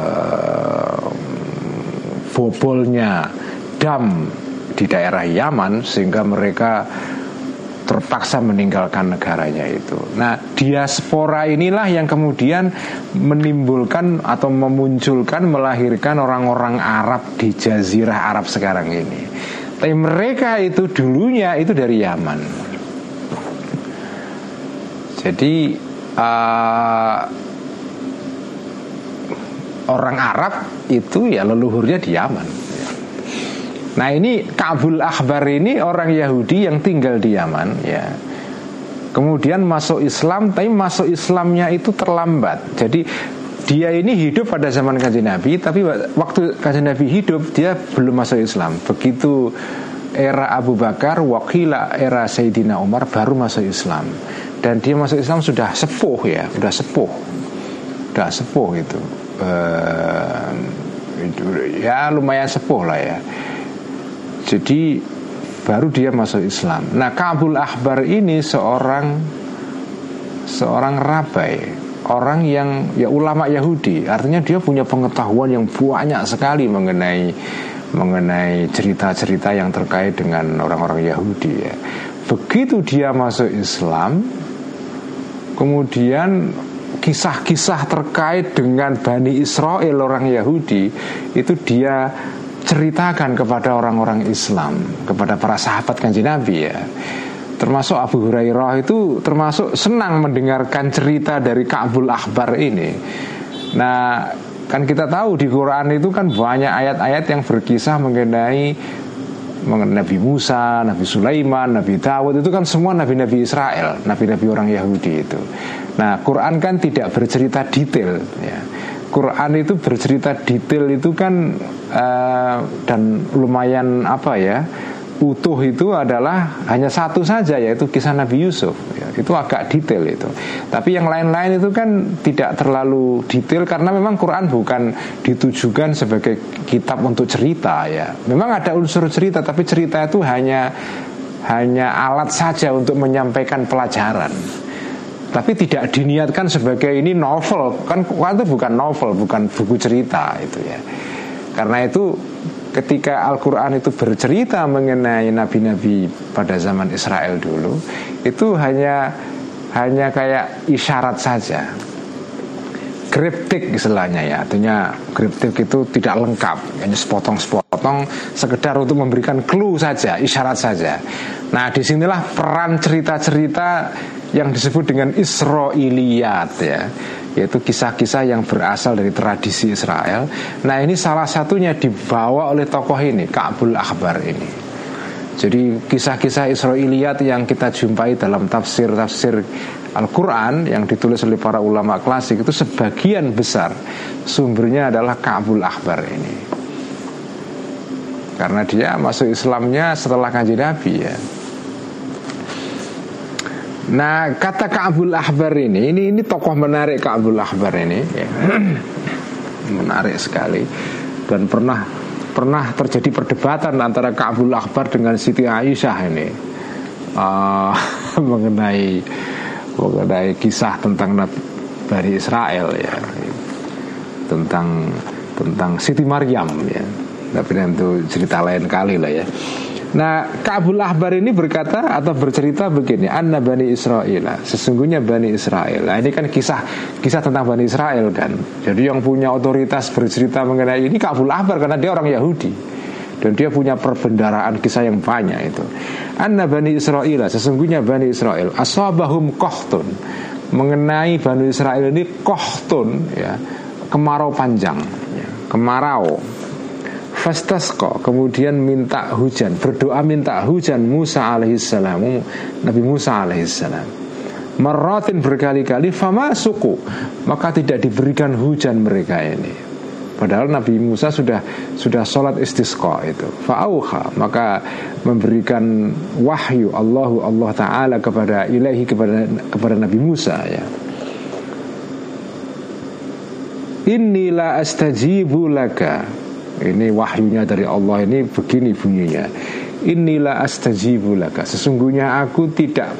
bobolnya dam di daerah Yaman, sehingga mereka terpaksa meninggalkan negaranya itu. Nah, diaspora inilah yang kemudian menimbulkan atau memunculkan, melahirkan orang-orang Arab di Jazirah Arab sekarang ini. Tapi mereka itu dulunya itu dari Yaman. Jadi orang Arab itu ya leluhurnya di Yaman. Nah ini Ka'bul Ahbar ini orang Yahudi yang tinggal di Yaman ya. Kemudian masuk Islam, tapi masuk Islamnya itu terlambat. Jadi dia ini hidup pada zaman Kanjeng Nabi, tapi waktu Kanjeng Nabi hidup dia belum masuk Islam. Begitu era Abu Bakar, wakila era Sayyidina Umar, baru masuk Islam. Dan dia masuk Islam sudah sepuh ya, sudah sepuh itu. Ya lumayan sepuh lah ya. Jadi baru dia masuk Islam. Nah Ka'bul Ahbar ini seorang rabai, orang yang ya ulama Yahudi. Artinya dia punya pengetahuan yang banyak sekali mengenai cerita-cerita yang terkait dengan orang-orang Yahudi ya. Begitu dia masuk Islam, kemudian kisah-kisah terkait dengan Bani Israel, orang Yahudi, itu dia ceritakan kepada orang-orang Islam, kepada para sahabat Kanjeng Nabi ya. Termasuk Abu Hurairah itu termasuk senang mendengarkan cerita dari Ka'bul Ahbar ini. Nah, kan kita tahu di Quran itu kan banyak ayat-ayat yang berkisah mengenai Nabi Musa, Nabi Sulaiman, Nabi Dawud, itu kan semua nabi-nabi Israel, nabi-nabi orang Yahudi itu. Nah, Quran kan tidak bercerita detail ya. Quran itu bercerita detail itu kan dan lumayan utuh itu adalah hanya satu saja, yaitu kisah Nabi Yusuf ya, itu agak detail itu. Tapi yang lain-lain itu kan tidak terlalu detail, karena memang Quran bukan ditujukan sebagai kitab untuk cerita ya. Memang ada unsur cerita, tapi cerita itu hanya alat saja untuk menyampaikan pelajaran. Tapi tidak diniatkan sebagai ini novel. Kan itu bukan novel, bukan buku cerita itu ya. Karena itu ketika Al-Quran itu bercerita mengenai nabi-nabi pada zaman Israel dulu, itu hanya kayak isyarat saja, kriptik istilahnya ya. Artinya kriptik itu tidak lengkap, hanya sepotong-sepotong, sekedar untuk memberikan clue saja, isyarat saja. Nah disinilah peran cerita-cerita yang disebut dengan Israiliyat ya, yaitu kisah-kisah yang berasal dari tradisi Israel. Nah ini salah satunya dibawa oleh tokoh ini, Ka'bul Ahbar ini. Jadi kisah-kisah Israiliyat yang kita jumpai dalam tafsir-tafsir Al-Quran yang ditulis oleh para ulama klasik itu sebagian besar sumbernya adalah Ka'bul Ahbar ini. Karena dia masuk Islamnya setelah Kanjeng Nabi ya. Nah, kata Ka'bul Ahbar ini tokoh menarik Ka'bul Ahbar ini ya. Menarik sekali. Dan pernah terjadi perdebatan antara Ka'bul Ahbar dengan Siti Aisyah ini mengenai kisah tentang Bani Israel ya, tentang Siti Maryam ya. Tapi itu cerita lain kali lah ya. Nah, Ka'bul Ahbar ini berkata atau bercerita begini, anna Bani Israel, sesungguhnya Bani Israel. Nah, ini kan kisah tentang Bani Israel kan. Jadi yang punya otoritas bercerita mengenai ini Ka'bul Ahbar karena dia orang Yahudi dan dia punya perbendaraan kisah yang banyak itu. Anna Bani Israel, sesungguhnya Bani Israel, asabahum qahtun, mengenai Bani Israel ini qahtun ya, kemarau panjang ya, kemarau. Fastasqa, kemudian minta hujan, berdoa minta hujan Musa alaihissalam, Nabi Musa alaihissalam. Marratin berkali-kali, famasuku, maka tidak diberikan hujan mereka ini. Padahal Nabi Musa sudah sholat istisqa itu. Fa'auha, maka memberikan wahyu Allah Ta'ala kepada Nabi Musa ya. Inni la astajibu laka. Ini wahyunya dari Allah, ini begini bunyinya. Inilah astajibu laka, sesungguhnya aku tidak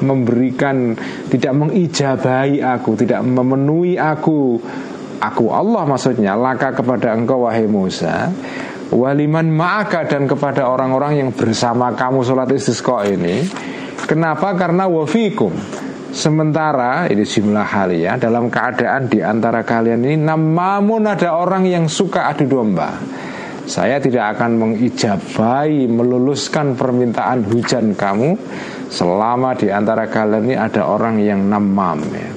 mengijabahi aku, tidak memenuhi aku Allah maksudnya, laka kepada engkau wahai Musa, waliman ma'aka dan kepada orang-orang yang bersama kamu sholat istisqa ini. Kenapa? Karena wafikum, sementara ini jumlah hal ya, dalam keadaan di antara kalian ini namamun, ada orang yang suka adu domba. Saya tidak akan mengijabahi, meluluskan permintaan hujan kamu selama di antara kalian ini ada orang yang namam ya,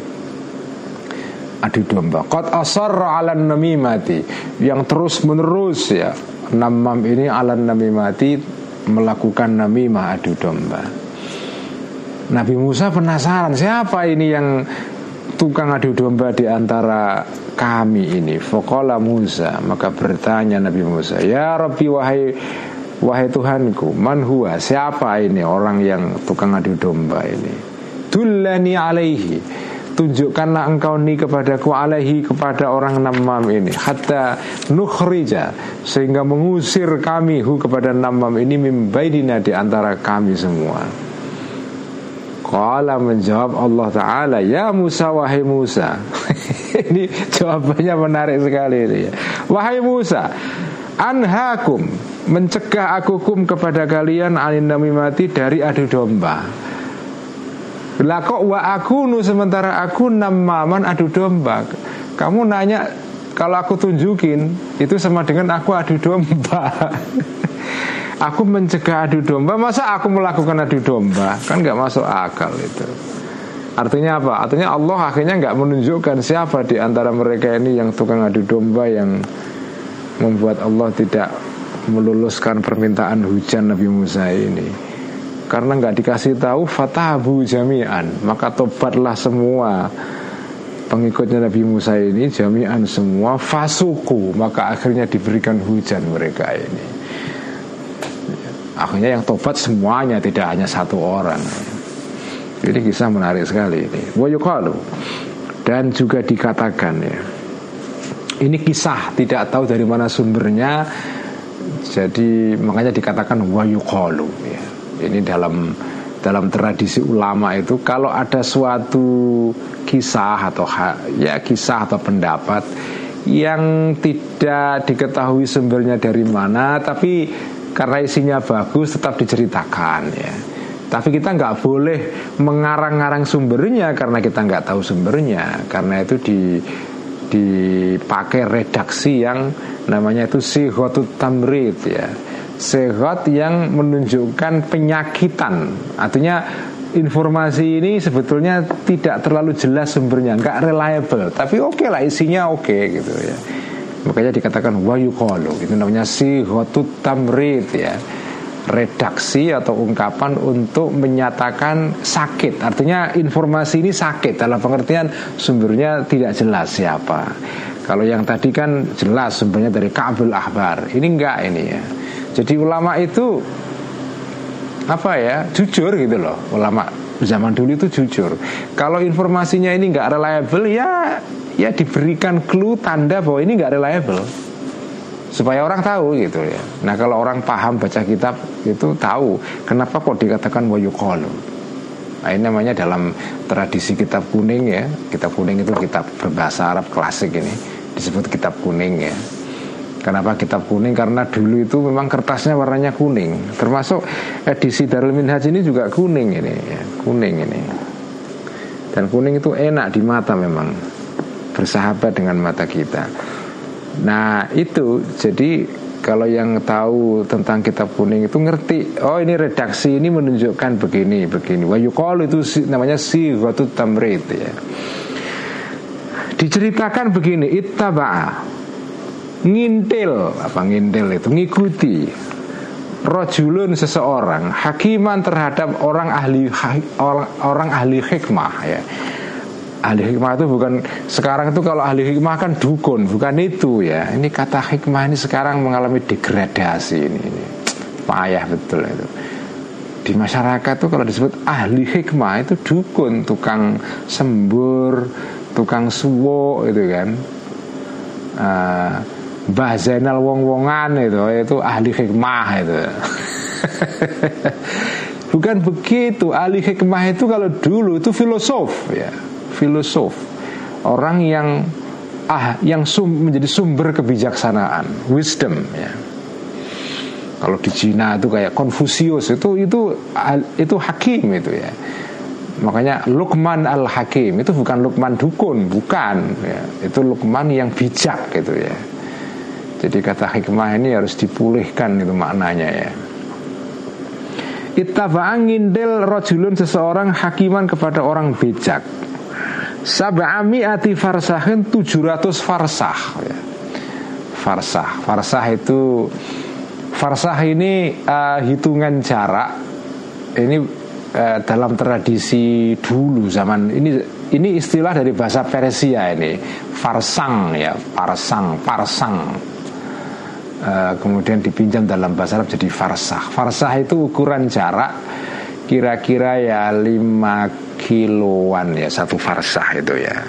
adu domba. Qad asarra 'alan namimati, yang terus menerus ya, namam ini 'alan namimati, melakukan namimah, adu domba. Nabi Musa penasaran, siapa ini yang tukang adu domba di antara kami ini? Faqala Musa, maka bertanya Nabi Musa, ya Rabbi, wahai Tuhanku, man huwa, siapa ini orang yang tukang adu domba ini? Dullani alaihi, tunjukkanlah engkau ni kepadaku, alaihi, kepada orang namam ini, hatta nukhrija, sehingga mengusir kami kepada namam ini, mimbaidina, di antara kami semua. Qala, menjawab Allah Ta'ala, ya Musa, wahai Musa. Ini jawabannya menarik sekali ini ya. Wahai Musa, anhakum, mencegah akukum kepada kalian, alin namimati, dari adu domba. Lah kok wa akunu, sementara aku namaman, adu domba. Kamu nanya kalau aku tunjukin itu sama dengan aku adu domba. Aku mencegah adu domba, masa aku melakukan adu domba? Kan gak masuk akal itu. Artinya apa? Artinya Allah akhirnya gak menunjukkan siapa di antara mereka ini yang tukang adu domba, yang membuat Allah tidak meluluskan permintaan hujan Nabi Musa ini. Karena gak dikasih tahu, fatabu jami'an, maka tobatlah semua pengikutnya Nabi Musa ini, jami'an semua, fasuku, maka akhirnya diberikan hujan mereka ini. Akhirnya yang tobat semuanya, tidak hanya satu orang. Jadi kisah menarik sekali ini. Wa yuqalu, dan juga dikatakan ya, ini kisah tidak tahu dari mana sumbernya, jadi makanya dikatakan wa yuqalu ya. Ini dalam tradisi ulama itu, kalau ada suatu kisah atau kisah atau pendapat yang tidak diketahui sumbernya dari mana, tapi karena isinya bagus tetap diceritakan ya. Tapi kita nggak boleh mengarang-arang sumbernya karena kita nggak tahu sumbernya. Karena itu dipakai redaksi yang namanya itu sighatut tamrid ya. Sighat yang menunjukkan penyakitan. Artinya informasi ini sebetulnya tidak terlalu jelas sumbernya, nggak reliable. Tapi oke lah, isinya oke gitu ya. Makanya dikatakan wa yuqalu, itu namanya sighatut tamrid ya. redaksi atau ungkapan untuk menyatakan sakit. Artinya informasi ini sakit dalam pengertian sumbernya tidak jelas siapa. Kalau yang tadi kan jelas sumbernya dari Ka'bul Ahbar. Ini enggak ini ya. Jadi ulama itu apa ya, jujur gitu loh. Ulama zaman dulu itu jujur. Kalau informasinya ini enggak reliable, ya diberikan clue, tanda bahwa ini enggak reliable, supaya orang tahu gitu ya. Nah kalau orang paham baca kitab itu tahu kenapa kok dikatakan wayuqalu. Nah ini namanya dalam tradisi kitab kuning ya. Kitab kuning itu kitab berbahasa Arab klasik ini, disebut kitab kuning ya. Kenapa kitab kuning? Karena dulu itu memang kertasnya warnanya kuning. Termasuk edisi Darul Minhaj ini juga kuning ini ya. Kuning ini. Dan kuning itu enak di mata memang, bersahabat dengan mata kita. Nah itu, jadi kalau yang tahu tentang kitab kuning itu ngerti, oh ini redaksi ini menunjukkan begini. Wa yuqalu itu namanya sighatut tamrid ya. Diceritakan begini, ittaba'a, ngintil, apa ngintil itu, ngikuti rajulun seseorang, hakiman terhadap orang ahli hikmah ya. Ahli hikmah itu bukan, sekarang itu kalau ahli hikmah kan dukun, bukan itu ya. Ini kata hikmah ini sekarang mengalami degradasi ini payah betul itu. Di masyarakat tuh kalau disebut ahli hikmah itu dukun, tukang sembur, tukang suwo itu kan, Mbah Zainal wong-wongan itu ahli hikmah itu. Bukan begitu. Ahli hikmah itu kalau dulu itu filosof ya, filosof, orang yang menjadi sumber kebijaksanaan, wisdom ya. Kalau di Cina itu kayak Konfusius itu hakim itu ya. Makanya Luqman al-Hakim itu bukan Luqman dukun, bukan ya. Itu Luqman yang bijak gitu ya. Jadi kata hikmah ini harus dipulihkan itu maknanya ya. Ittaba'a ngindil rajulun seseorang hakiman kepada orang bijak. Sab'ami'ati farsahin 700 farsah ya. Farsah itu, farsah ini hitungan jarak. Ini dalam tradisi dulu zaman ini istilah dari bahasa Persia ini, farsang ya, parsang. Kemudian dipinjam dalam bahasa Arab jadi farsah. Farsah itu ukuran jarak kira-kira ya 5 kiloan ya, satu farsah itu ya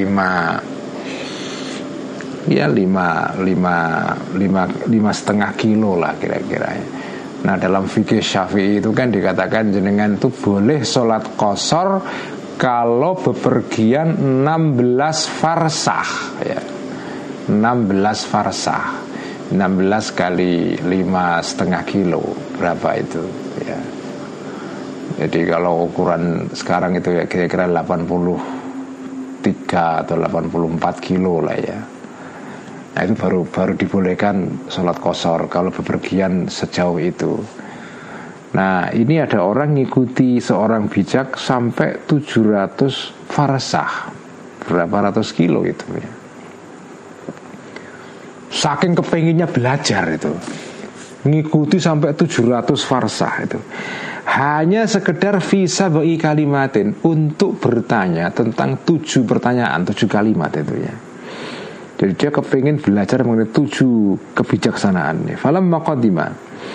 5,5 kilo lah kira-kira ya. Nah dalam fikih Syafi'i itu kan dikatakan jenengan itu boleh sholat qashar kalau bepergian 16 farsah ya. 16 farsah, 16 kali 5,5 kilo, berapa itu ya. Jadi kalau ukuran sekarang itu ya kira-kira 83 atau 84 kilo lah ya. Nah itu baru dibolehkan sholat qashar kalau bepergian sejauh itu. Nah ini ada orang ngikuti seorang bijak sampai 700 farsah, berapa ratus kilo itu ya. Saking kepenginnya belajar itu, ngikuti sampai 700 farsah itu, hanya sekedar visa bagi kalimatin, untuk bertanya tentang 7 pertanyaan, 7 kalimat itu ya. Jadi dia kepingin belajar mengenai 7 kebijaksanaan. Falam maqadima,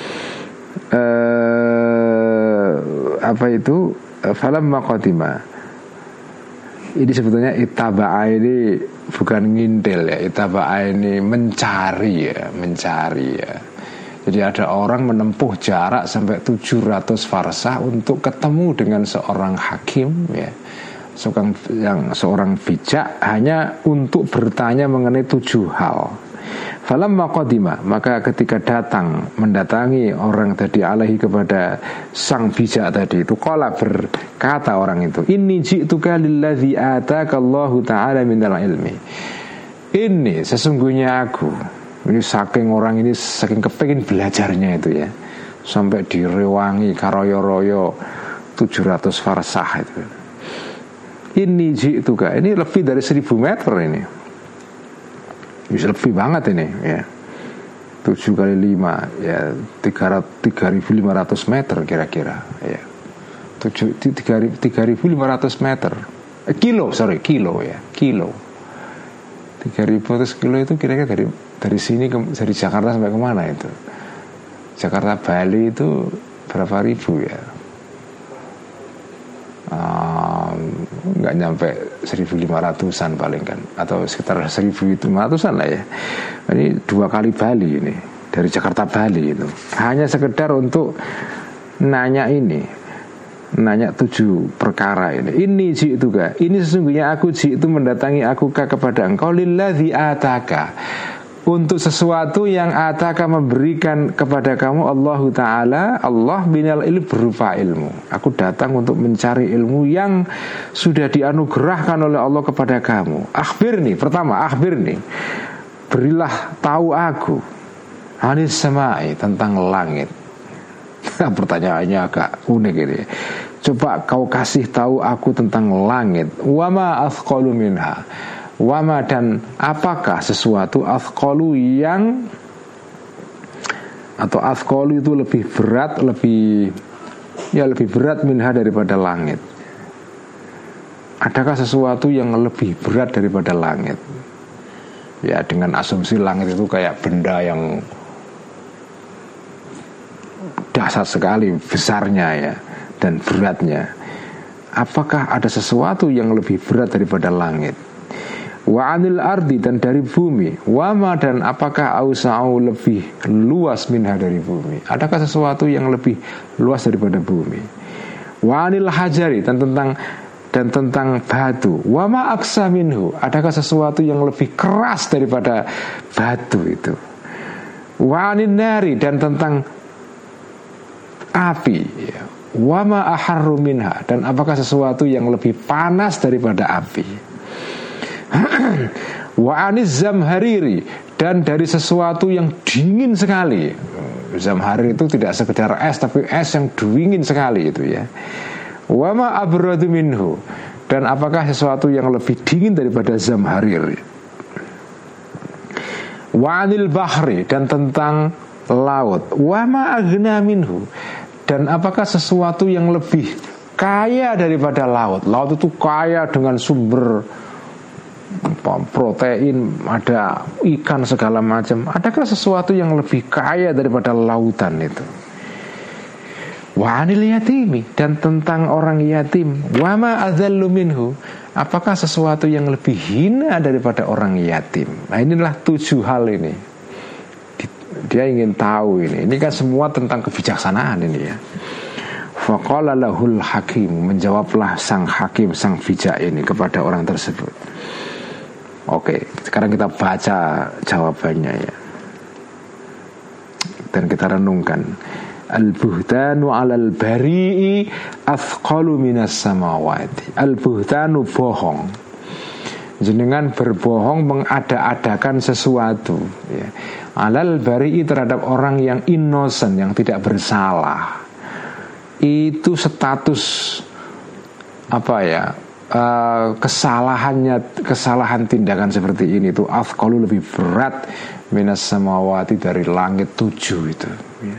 apa itu? Falam maqadima. Ini sebetulnya itaba'a ini bukan ngintil ya. Itaba'a ini mencari ya. Jadi ada orang menempuh jarak sampai 700 farsah untuk ketemu dengan seorang hakim ya, seorang bijak, hanya untuk bertanya mengenai 7 hal. Falamma qadima, maka ketika mendatangi orang tadi alaihi kepada sang bijak tadi itu, qala, berkata orang itu, inni ji'tuka lillazi ataka Allahu ta'ala minal ilmi. Ini sesungguhnya aku, ini saking orang ini saking kepengin belajarnya itu ya, sampai direwangi karoyo-royo 700 farsah itu. Ini ji'tuka, ini lebih dari 1000 meter ini, bisa lebih banget ini ya. 7 kali 5 ya 3.500 meter kira-kira ya. 3.500 meter kilo ya, kilo 3.500 kilo itu kira-kira dari sini dari Jakarta sampai kemana itu? Jakarta Bali itu berapa ribu ya? Nggak nyampe 1.500-an paling kan, atau sekitar 1.500-an lah ya. Ini 2 kali Bali ini, dari Jakarta Bali itu. Hanya sekedar untuk nanya 7 perkara ini. Ini ji'tuka, ini sesungguhnya aku ji'tu mendatangi akuka kepada engkau lilladzi ataka, untuk sesuatu yang ataka memberikan kepada kamu Allah Ta'ala, Allah binal ilm berupa ilmu. Aku datang untuk mencari ilmu yang sudah dianugerahkan oleh Allah kepada kamu. Akhbirni, pertama akhbirni, berilah tahu aku anis samai, tentang langit. Pertanyaannya agak unik ini. Coba kau kasih tahu aku tentang langit. Wama athqalu minha, wama dan apakah sesuatu athqalu yang, atau athqalu itu lebih berat, lebih berat minha daripada langit. Adakah sesuatu yang lebih berat daripada langit? Ya, dengan asumsi langit itu kayak benda yang dahsyat sekali besarnya ya dan beratnya. Apakah ada sesuatu yang lebih berat daripada langit? Wa anil ardi, dan dari bumi. Wama, dan apakah ausa'u lebih luas minha dari bumi? Adakah sesuatu yang lebih luas daripada bumi? Wa anil hajari, dan tentang batu. Wama aksa minhu, adakah sesuatu yang lebih keras daripada batu itu? Wa anil nari, dan tentang api ya. Wama aharru minha, dan apakah sesuatu yang lebih panas daripada api? Wa aniz zamhariri, dan dari sesuatu yang dingin sekali. Zamharir itu tidak sekedar es, tapi es yang dingin sekali itu ya. Wama abradu minhu, dan apakah sesuatu yang lebih dingin daripada zamharir? Wa anil bahri, dan tentang laut. Wama aghna minhu, dan apakah sesuatu yang lebih kaya daripada laut? Laut itu kaya dengan sumber protein, ada ikan segala macam. Adakah sesuatu yang lebih kaya daripada lautan itu? Wa anil yatimi, dan tentang orang yatim. Wama adzallu minhu, apakah sesuatu yang lebih hina daripada orang yatim? Nah, inilah 7 hal ini. Dia ingin tahu ini. Ini kan semua tentang kebijaksanaan ini ya. Faqala lahul hakim, menjawablah sang hakim, sang bijak ini kepada orang tersebut. Oke, sekarang kita baca jawabannya ya. Dan kita renungkan. Al-buhtanu 'alal bari'i athqalu minas samawati. Al-buhtanu bohong. Jenengan berbohong, mengada-adakan sesuatu ya. Alal bari'i, terhadap orang yang innocent, yang tidak bersalah. Itu status apa ya, kesalahan tindakan seperti ini itu afqalu, lebih berat minas samawati, dari langit 7 itu ya.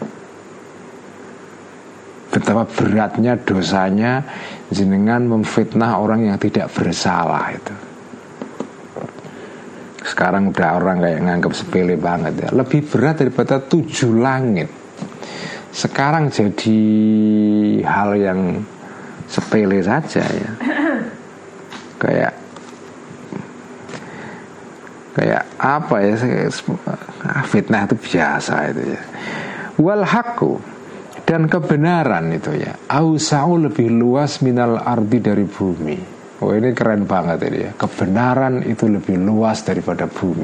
Betapa beratnya dosanya jenengan memfitnah orang yang tidak bersalah itu. Sekarang udah orang kayak nganggap sepele banget ya. Lebih berat daripada 7 langit. Sekarang jadi hal yang sepele saja ya. Kayak apa ya, fitnah itu biasa itu ya. Wal haqqu, dan kebenaran itu ya, ausa'u, lebih luas minal ardi, dari bumi. Oh, ini keren banget ini ya. Kebenaran itu lebih luas daripada bumi.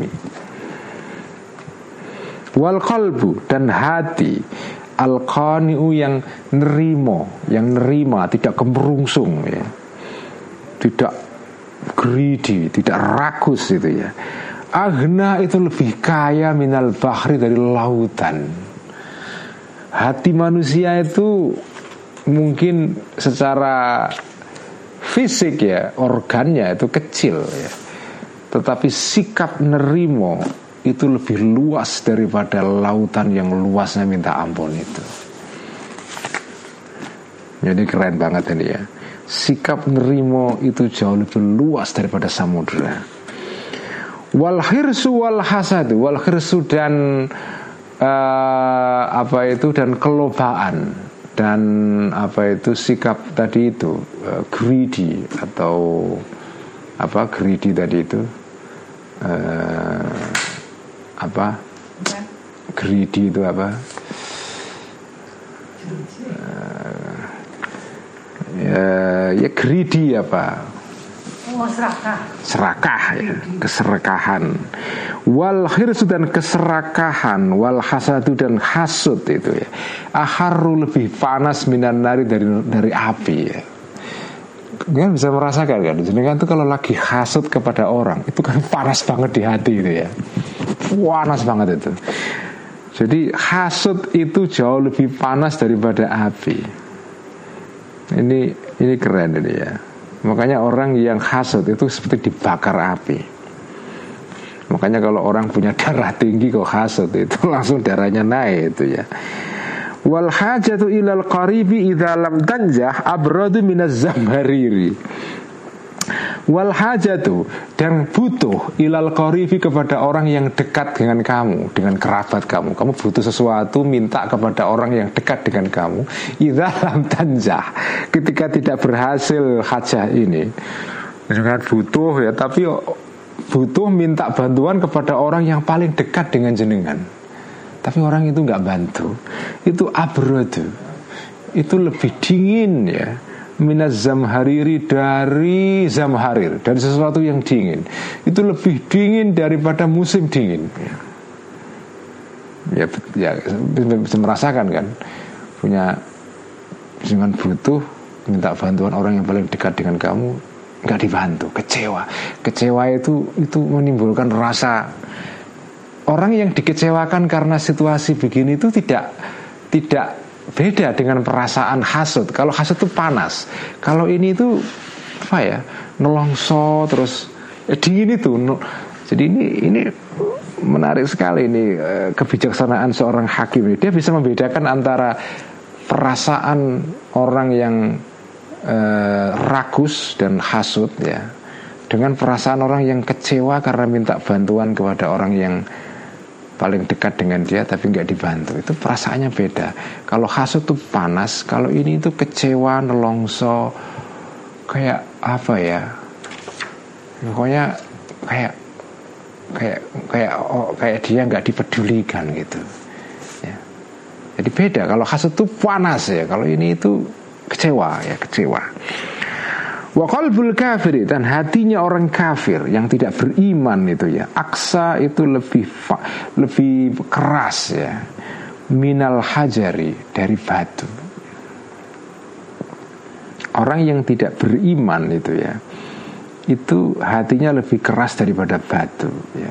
Wal qalbu, dan hati, al qani'u, yang nerima, tidak kemerungsung ya. Tidak greedy, tidak rakus itu ya. Aghna, itu lebih kaya minal bahri, dari lautan. Hati manusia itu mungkin secara fisik ya, organnya itu kecil ya, tetapi sikap nerimo itu lebih luas daripada lautan yang luasnya minta ampun itu. Jadi keren banget ini ya. Sikap nerimo itu jauh lebih luas daripada samudra. Wal khirsu wal hasadu, wal khirsu dan dan kelobaan, dan sikap tadi itu greedy atau greedy tadi itu greedy itu apa? Ya greedy apa? Serakah ya, keserakahan. Wal khirsu dan keserakahan, wal hasadu dan hasud itu ya. Aharu lebih panas minan nari dari api ya. Kalian bisa merasakan kan? Jadi kan itu kalau lagi hasud kepada orang itu kan panas banget di hati itu ya. Panas banget itu. Jadi hasud itu jauh lebih panas daripada api. Ini keren ini ya. Makanya orang yang hasud itu seperti dibakar api. Makanya kalau orang punya darah tinggi kok hasud itu langsung darahnya naik itu ya. Wal hajatu ilal qaribi idza lam tanjah abradu minaz zamhariri. Wal hajatu dan butuh ilal qaribi kepada orang yang dekat dengan kamu, dengan kerabat kamu. Kamu butuh sesuatu, minta kepada orang yang dekat dengan kamu. Idza lam tanjah, ketika tidak berhasil hajah ini. Jangan butuh ya, tapi butuh minta bantuan kepada orang yang paling dekat dengan jenengan. Tapi orang itu nggak bantu. Itu abradu. Itu lebih dingin ya. Minaz zamhariri, dari zamharir, dari sesuatu yang dingin. Itu lebih dingin daripada musim dingin. Ya bisa merasakan kan, punya dengan butuh minta bantuan orang yang paling dekat dengan kamu, nggak dibantu, kecewa itu menimbulkan rasa. Orang yang dikecewakan karena situasi begini itu tidak beda dengan perasaan hasud. Kalau hasud itu panas, kalau ini itu nelongso terus dingin itu. Jadi ini menarik sekali ini kebijaksanaan seorang hakim ini. Dia bisa membedakan antara perasaan orang yang ragus dan hasud ya, dengan perasaan orang yang kecewa karena minta bantuan kepada orang yang paling dekat dengan dia tapi nggak dibantu. Itu perasaannya beda. Kalau hasud tuh panas, kalau ini itu kecewa, nelongso, kayak apa ya? Pokoknya kayak dia nggak dipedulikan gitu. Ya. Jadi beda. Kalau hasud tuh panas ya, kalau ini itu kecewa. Wa qalbul kafir, dan hatinya orang kafir yang tidak beriman itu ya, aksa itu lebih keras ya, minal hajari, dari batu. Orang yang tidak beriman itu ya, itu hatinya lebih keras daripada batu ya.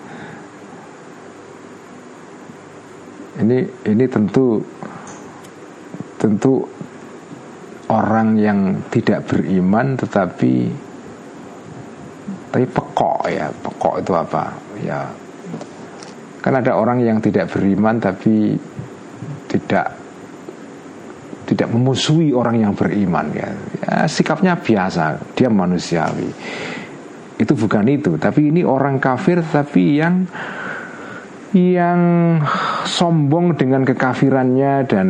Ini tentu orang yang tidak beriman tetapi pekok ya. Pekok itu apa ya? Kan ada orang yang tidak beriman tapi tidak memusuhi orang yang beriman ya, sikapnya biasa, dia manusiawi. Itu bukan itu, tapi ini orang kafir tapi yang sombong dengan kekafirannya dan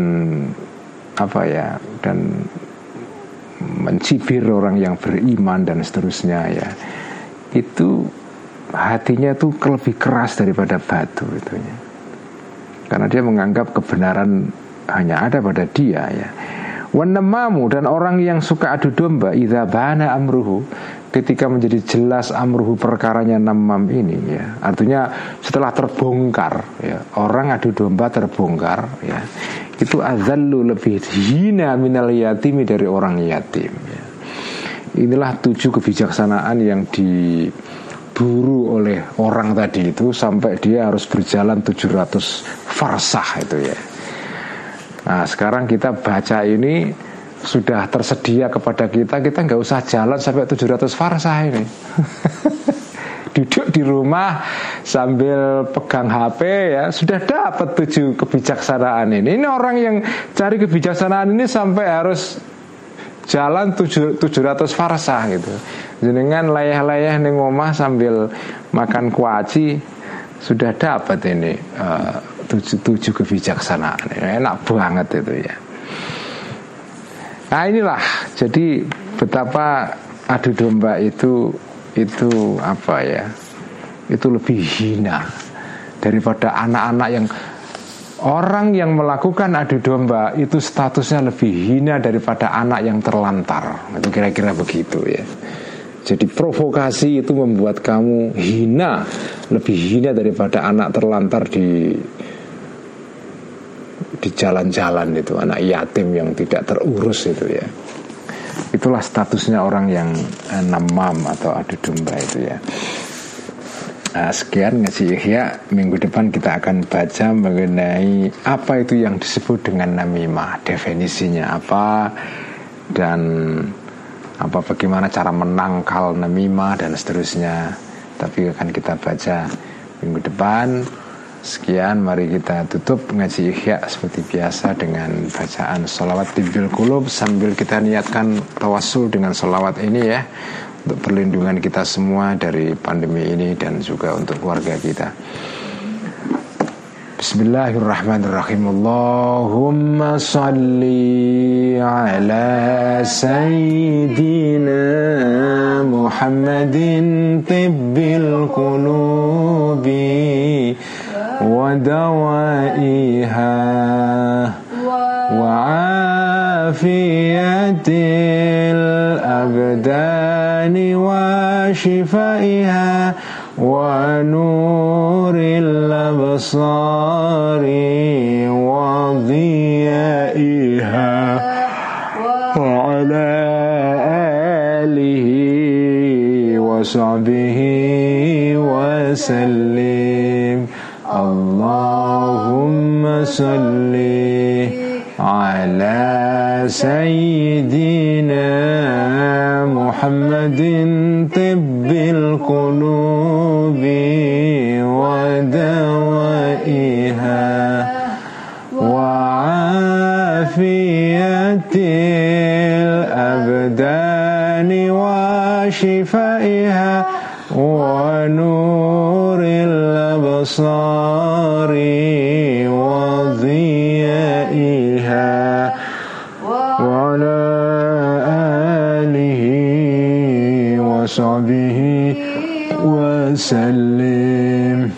dan mencibir orang yang beriman dan seterusnya ya. Itu hatinya tuh lebih keras daripada batu itunya. Karena dia menganggap kebenaran hanya ada pada dia ya. Wanamamu, dan orang yang suka adu domba, idza bana amruhu, ketika menjadi jelas amruhu perkaranya namam ini ya. Artinya setelah terbongkar ya, orang adu domba terbongkar ya, itu azallu, lebih hina minal yatimi, dari orang yatim ya. Inilah 7 kebijaksanaan yang diburu oleh orang tadi itu sampai dia harus berjalan 700 farsah itu ya. Nah sekarang kita baca ini sudah tersedia kepada kita nggak usah jalan sampai 700 farsah ini. Di duduk di rumah sambil pegang HP ya sudah dapat 7 kebijaksanaan ini. Ini orang yang cari kebijaksanaan ini sampai harus jalan 700 farsah gitu. Jenengan layah-layah ning omah sambil makan kuaci sudah dapat ini 7 kebijaksanaan. Enak banget itu ya. Nah inilah jadi betapa adu domba itu apa ya? Itu lebih hina daripada anak-anak yang orang yang melakukan adu domba itu statusnya lebih hina daripada anak yang terlantar. Itu kira-kira begitu ya. Jadi provokasi itu membuat kamu hina, lebih hina daripada anak terlantar di jalan-jalan itu, anak yatim yang tidak terurus itu ya. Itulah statusnya orang yang namam atau adu domba itu ya. Sekian ngaji Ihya. Minggu depan kita akan baca mengenai apa itu yang disebut dengan namimah, definisinya apa, dan bagaimana cara menangkal namimah dan seterusnya. Tapi akan kita baca minggu depan. Sekian, mari kita tutup ngaji Ihya seperti biasa dengan bacaan sholawat tibbil qulub sambil kita niatkan tawassul dengan sholawat ini ya, untuk perlindungan kita semua dari pandemi ini dan juga untuk keluarga kita. Bismillahirrahmanirrahim. Allahumma salli ala sayyidina Muhammadin tibbil qulubi wa dawaiha wa afiyatil abdani wa shifaiha wa nuril absari wa dhiyaiha wa ala alihi wa sahbihi wa sallim. Allahumma salli ala sayyidina Muhammadin tibbil qulubi wa dawaiha wa afiyatil abdani wa shifaiha wa nuril absari wa dhiyaiha wa ala alihi wa sahbihi wa sallim.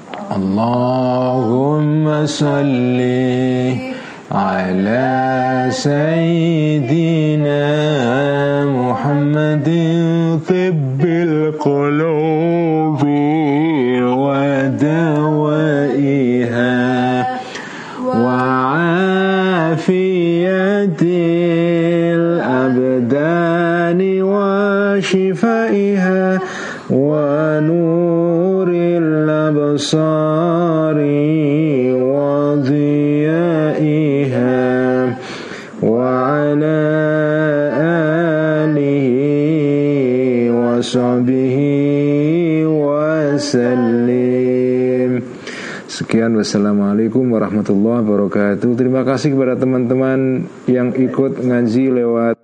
Allahumma salli ala sayyidina Muhammadin tibbil qulubi wa dawaiha wa afiyatil abdani wa shifaiha wa nuril absari wa dhiyaiha wa ala alihi wa sahbihi wa sallim. Sekian, wassalamualaikum warahmatullahi wabarakatuh. Terima kasih kepada teman-teman yang ikut ngaji lewat